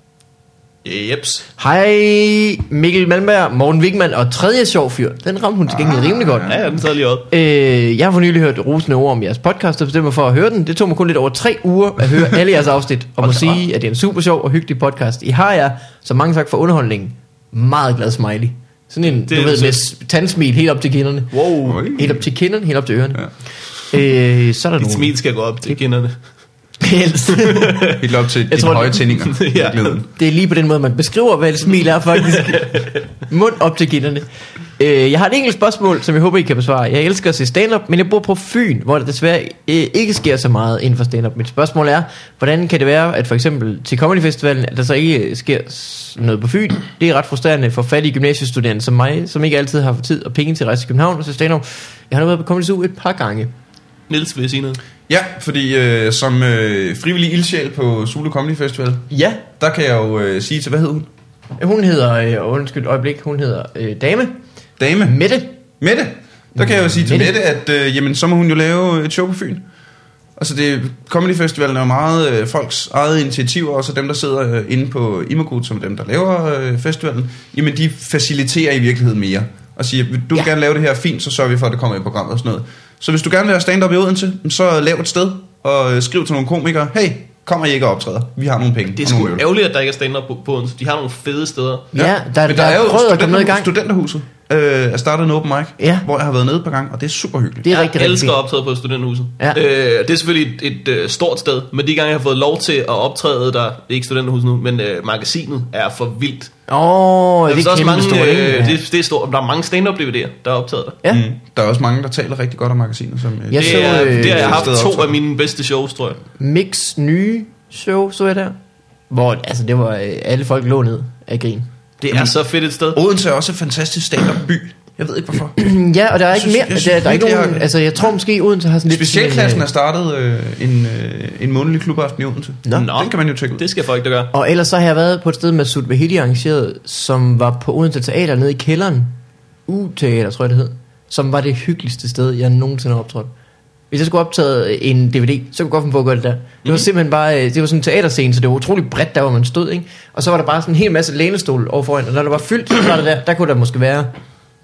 C: Jeps.
B: Hej Mikkel Malmberg, Morten Wigman og tredje sjov fyr. Den ramte hun til gengæld rimelig godt.
C: Ja, ja, den sad lige op.
B: Øh, jeg har for nylig hørt rosende ord om jeres podcast og bestemmer for at høre den. Det tog mig kun lidt over tre uger at høre alle jeres afsnit, og må sige, at det er en super sjov og hyggelig podcast. I har jer, så mange tak for underholdningen. Meget glad smiley. Sådan en,
C: Det
B: du
C: er
B: ved,
C: det
B: med s- tandsmil helt op til kinderne.
C: Wow.
B: Helt op til kinderne, helt op til ørerne.
A: Ja.
B: Øh, så er der
C: Dit
B: nogen.
C: smil skal gå op til kinderne.
B: Helst.
A: Helt op til
B: Jeg
A: dine
B: tror,
A: høje
B: det-
A: tændinger.
C: Ja.
A: Glæden.
B: Det er lige på den måde, man beskriver, hvad et smil er faktisk. Mund op til kinderne. Øh, jeg har et enkelt spørgsmål, som jeg håber, I kan besvare. Jeg elsker at se stand-up, men jeg bor på Fyn, hvor der desværre øh, ikke sker så meget inden for stand-up. Mit spørgsmål er, hvordan kan det være, at for eksempel til Comedy Festivalen, at der så ikke sker s- noget på Fyn? Det er ret frustrerende for fattige gymnasiestuderende som mig, som ikke altid har tid og penge til at rejse til København og se stand-up. Jeg har nu været på Comedy Zoo et par gange.
C: Niels, vil jeg sige noget?
A: Ja, fordi øh, som øh, frivillig ildsjæl på Zulu Comedy Festival,
B: Ja,
A: der kan jeg jo øh, sige til, hvad hed hun?
B: hun hedder, øh, undskyld øjeblik, hun hedder øh, Dame.
A: Dame.
B: Mette.
A: Mette. Der kan jeg jo sige til
B: Mette.
A: Mette, at øh, jamen, så må hun jo lave et show på Fyn. Altså det, Comedy Festivalen er jo meget øh, folks eget initiativer, også dem, der sidder øh, inde på Imagut, som dem, der laver øh, festivalen. Jamen de faciliterer i virkeligheden mere. Og siger, vil du
B: Ja.
A: ja. gerne lave det her fint, så sørger vi for, at det kommer i programmet og sådan noget. Så hvis du gerne vil have stand-up i Odense, så lav et sted, og øh, skriv til nogle komikere, hey, kommer I ikke og optræder? Vi har nogle penge.
C: Det er
A: og
C: sgu
A: nogle øl."
C: ærgerligt, at der ikke er stand-up på, på Odense. De har nogle fede steder.
B: Ja, der, der,
A: Men
B: der, er prøvet at komme noget i gang.
A: Studenterhuset øh, er startet en open mic,
B: Ja.
A: hvor jeg har været nede et par gange, og det er super hyggeligt.
B: Det er
C: Jeg
B: rigtig, rigtig
C: elsker
B: fint.
C: at optræde på Studenterhuset.
B: Ja.
C: Øh, det er selvfølgelig et, et, et stort sted, men de gange jeg har fået lov til at optræde der, det er ikke Studenterhuset nu, men øh, magasinet er for vildt.
B: Åh, oh,
C: Der
B: det
C: er
B: er
C: også
B: kæmpe
C: mange,
B: stort, ikke?
C: øh,
B: Ja.
C: det, det er stort. Der er mange stand-up D V D'er, der er optaget der.
B: Ja.
A: Mm. Der er også mange, der taler rigtig godt om magasinet. Som, øh,
B: Jeg
C: Det
B: så,
C: er,
B: øh,
C: det har jeg haft
A: stedet
C: to
A: optræde.
C: af mine bedste shows, tror jeg.
B: Mix nye show, så jeg der. Hvor, altså, det var øh, alle folk lå ned af grin.
C: Det er så fedt et sted.
A: Odense er også et fantastisk stand-up by. Jeg ved ikke hvorfor.
B: Ja, og der er ikke
A: synes-
B: mere.
A: jeg synes
B: Der, der er ikke
A: virkelig,
B: nogen,
A: jeg-
B: altså, jeg tror måske, Odense har sådan lidt...
A: Specialklassen er
B: sådan
A: startet øh, en, øh, en månedlig klubaften i Odense.
B: Nå.
C: Nå.
A: Den kan man jo tjekke ud.
C: Det skal folk da gøre.
B: Og ellers så har jeg været på et sted med Sud Vahidi arrangeret, som var på Odense Teater nede i kælderen. U-teater, tror jeg det hed. Som var det hyggeligste sted, jeg nogensinde har optrådt. Hvis jeg skulle optage en D V D, så kunne jeg godt finde på at gøre det der. Det var
C: Mhm.
B: simpelthen bare, øh, det var sådan en teaterscene, så det var utroligt bredt, der hvor man stod, ikke? Og så var der bare sådan en hel masse lænestol overforan, og når der var fyldt, så var der der, der kunne der måske være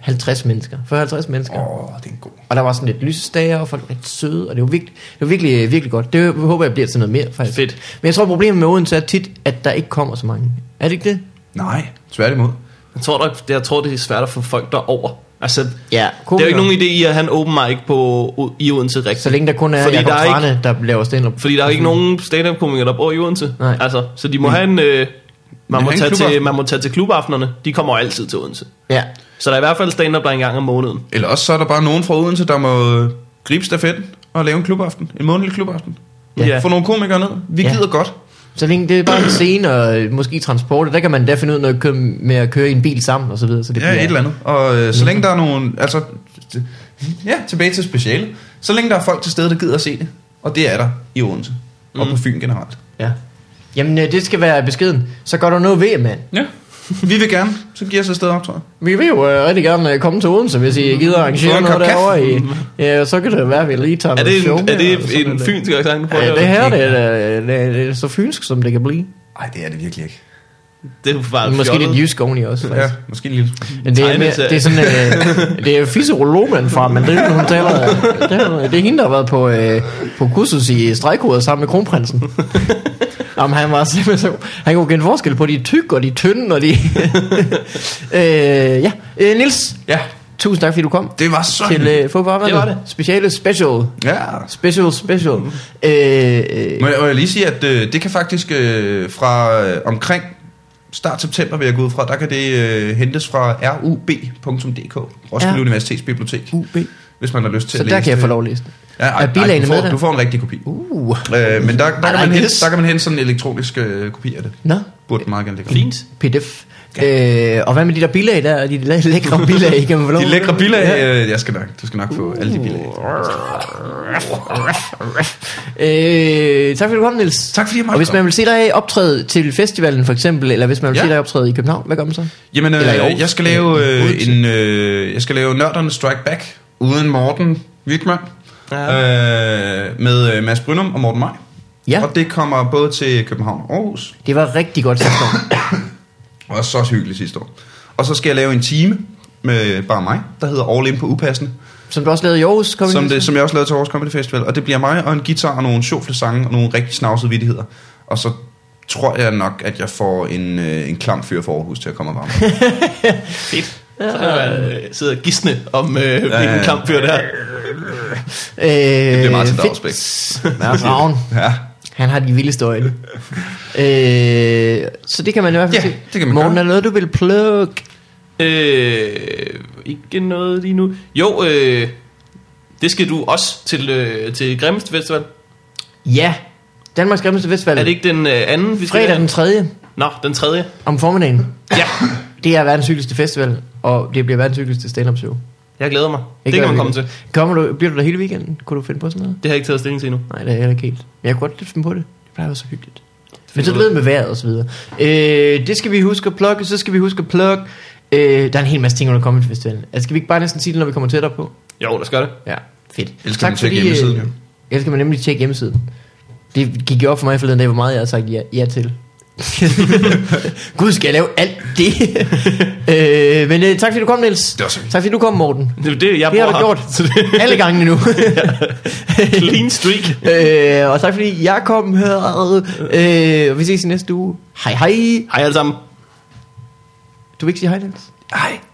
B: halvtreds mennesker. fyrre halvtreds mennesker.
A: Åh, oh, det er en god.
B: Og der var sådan lidt lysestager, og folk var rigtig søde, og det var virkelig, det var virkelig, virkelig godt. Det håber jeg bliver til noget mere, faktisk.
C: Fedt.
B: Men jeg tror, problemet med Odense er tit, at der ikke kommer så mange. Er det ikke det?
A: Nej, tværtimod.
C: Jeg tror, der, det, jeg tror, det er svært at få folk derover. Altså,
B: Ja,
C: det er jo ikke nogen idé i at have en open mic på, i Odense rigtigt.
B: Så længe der kun er
C: Fordi
B: Jacob
C: der er
B: Trane, der laver stand-up.
C: Fordi der er ikke nogen stand-up-komikere, der bor i Odense.
B: Nej.
C: Altså, så de må have en... Øh, man, må
A: have en
C: tage til,
A: klubaften.
C: man må tage til klubaftenerne. De kommer jo altid til Odense.
B: Ja.
C: Så der er i hvert fald stand-up der en gang om måneden.
A: Eller også så er der bare nogen fra Odense, der må gribe stafetten og lave en klubaften. En månedlig klubaften.
C: Ja.
A: Ja. Få nogle komikere ned. Vi
B: Ja.
A: gider godt.
B: Så længe det er bare en scene og øh, måske transport, og der kan man da finde ud af noget kø- med at køre i en bil sammen og så videre. Så det
A: Ja,
B: bliver-
A: et eller andet. Og øh, så længe der er nogen... Altså, ja, tilbage til speciale. Så længe der er folk til stede, der gider at se det. Og det er der i Odense. Og på Fyn generelt.
B: Ja. Jamen, øh, det skal være beskeden. Så gør der noget ved, mand.
A: Ja. Vi vil gerne. Så giver os et sted op, tror jeg.
B: Vi vil jo øh, rigtig gerne øh, komme til Odense, hvis I gider arrangere
A: Få en
B: noget
A: kop kaffe.
B: derovre i. Ja, så kan det være, at vi lige tager
C: Er
B: noget
C: det
B: show
C: en,
B: med,
C: er det
B: og sådan
C: en
B: noget.
C: fynsk accent, du prøver
B: Ja,
C: at
B: det
C: lave?
B: her det er, det, er, det er så fynsk, som det kan blive.
A: Nej, det er det virkelig ikke.
C: Det er jo bare
B: Måske
C: fjollet.
B: lidt jysk oveni også, faktisk.
A: Ja, måske en lille.
B: Men det er, mere,
C: Tegneserie.
B: det er sådan, øh, det er Fisero Lohmann fra Mandrillen, hun taler. Det er, det er hende, der har været på, øh, på kursus i stregkoder sammen med kronprinsen. Jamen, han var simpelthen så... Han kunne kende forskel på de tykke og de tynde og de... øh, ja, øh, Niels.
A: Ja,
B: Tusind tak, fordi du kom
A: det var så
B: til øh, Fodbold.
C: Det var det.
B: Speciale special.
A: Ja.
B: Special special. Øh, øh,
A: Må jeg, må jeg lige sige, at øh, det kan faktisk øh, fra øh, omkring start september, vil jeg gå ud fra, der kan det øh, hentes fra r u b punktum d k, Roskilde
B: Ja.
A: Universitetsbibliotek,
B: U B.
A: hvis man har lyst til
B: Så
A: at
B: der
A: læse
B: kan jeg
A: det.
B: få lov at læse det.
A: Ja, ej,
B: Er bilagene
A: ej, du,
B: med
A: får,
B: der?
A: du får en rigtig kopi.
B: Uh.
A: Øh, men der, der, kan
B: nej,
A: man hente,
B: Niels.
A: der kan man hente sådan en elektronisk øh, kopi af det.
B: Nå,
A: Burde meget gerne ligge.
C: Fint.
B: P D F. Øh, og hvad med de der bilag der? De læ- lækre bilag, kan man få lov?
A: De lækre bilag,
B: Ja.
A: øh, jeg skal nok, du skal nok få alle de bilag.
B: Øh, tak fordi du kom, Niels.
A: Tak fordi jeg måtte
B: Og hvis
A: komme.
B: man vil se dig optræde til festivalen for eksempel, eller hvis man vil
A: Ja.
B: se dig optræde i København, hvad gør man så?
A: Jamen,
B: Eller i Aarhus.
A: øh, jeg skal lave øh,
B: Odense.
A: en, øh, jeg skal lave Nørderne Strike Back uden Morten Wigman,
C: Ja.
A: øh, med øh, Mads Brynum og Morten Maj.
B: Ja,
A: Og det kommer både til København og Aarhus.
B: det var rigtig godt sidste år.
A: Og så hyggeligt sidste år. Og så skal jeg lave en time med bare mig, der hedder All In på Upassende.
B: Som du også lavede i Aarhus, kom
A: Som, det, som jeg også lavede til Aarhus Comedy Festival. Og det bliver mig og en guitar og nogle sjofle sange og nogle rigtig snavsede vittigheder. Og så tror jeg nok, at jeg får en, øh, en klam fyr for Aarhus til at komme og varme.
C: Fedt. Så kan jeg øh, sidde og gisne om øh, hvilken
A: ja, ja.
C: kampfyr det er.
B: Øh, det
A: bliver meget til Dragsbæk.
B: Ja, Ravn.
A: Ja.
B: Han har de vildeste øjne. øh, så det kan man i hvert fald
A: Ja,
B: se.
A: det kan man
B: Morten,
A: gøre.
B: er noget, du vil plukke?
C: Øh, ikke noget lige nu. Jo, øh, det skal du også til, øh, til Grimmest Festival.
B: Ja, Danmarks Grimmeste Festival.
C: Er det ikke den øh, anden? Vi skal
B: Fredag den tredje
C: Nå, den tredje.
B: om formiddagen.
C: Ja,
B: Det er verdens hyggeligste festival, og det bliver verdens hyggeligste stand-up show.
C: jeg glæder mig.
B: Ikke
C: Det kan man
B: være
C: komme til.
B: hyggeligt. Kommer du, bliver du der hele weekenden? Kunne du finde på sådan noget?
C: Det har jeg ikke taget stilling til endnu.
B: Nej, det er jeg ikke helt. Men jeg kunne godt lidt finde på det. Det plejer at være så hyggeligt. Men så
C: du
B: du ved med vejret og så videre. Øh, det skal vi huske at plukke. Så skal vi huske at plukke. Øh, der er en hel masse ting, der kommer til festivalen. Altså, skal vi ikke bare næsten sige det, når vi kommer tættere på?
C: Jo, lad os gøre det.
B: Ja, fedt.
A: Elsker man tjekke hjemmesiden, jo.
B: Jeg skal man nemlig tjekke hjemmesiden. Det gik jo op for mig forleden dag, hvor meget jeg har sagt ja, ja til. Gud, skal jeg lave alt det? øh, men øh, tak fordi du kom, Niels.
A: Det var så fint.
B: Tak fordi du kom, Morten.
C: Det er det, jeg
B: Det har
C: bor
B: du
C: her.
B: gjort
C: Så det-
B: alle gangene nu.
C: Clean streak.
B: øh, og tak fordi jeg kom her. Øh, og vi ses i næste uge. Hej hej.
C: Hej alle sammen.
B: Du vil ikke sige hej, Niels?
A: Hej.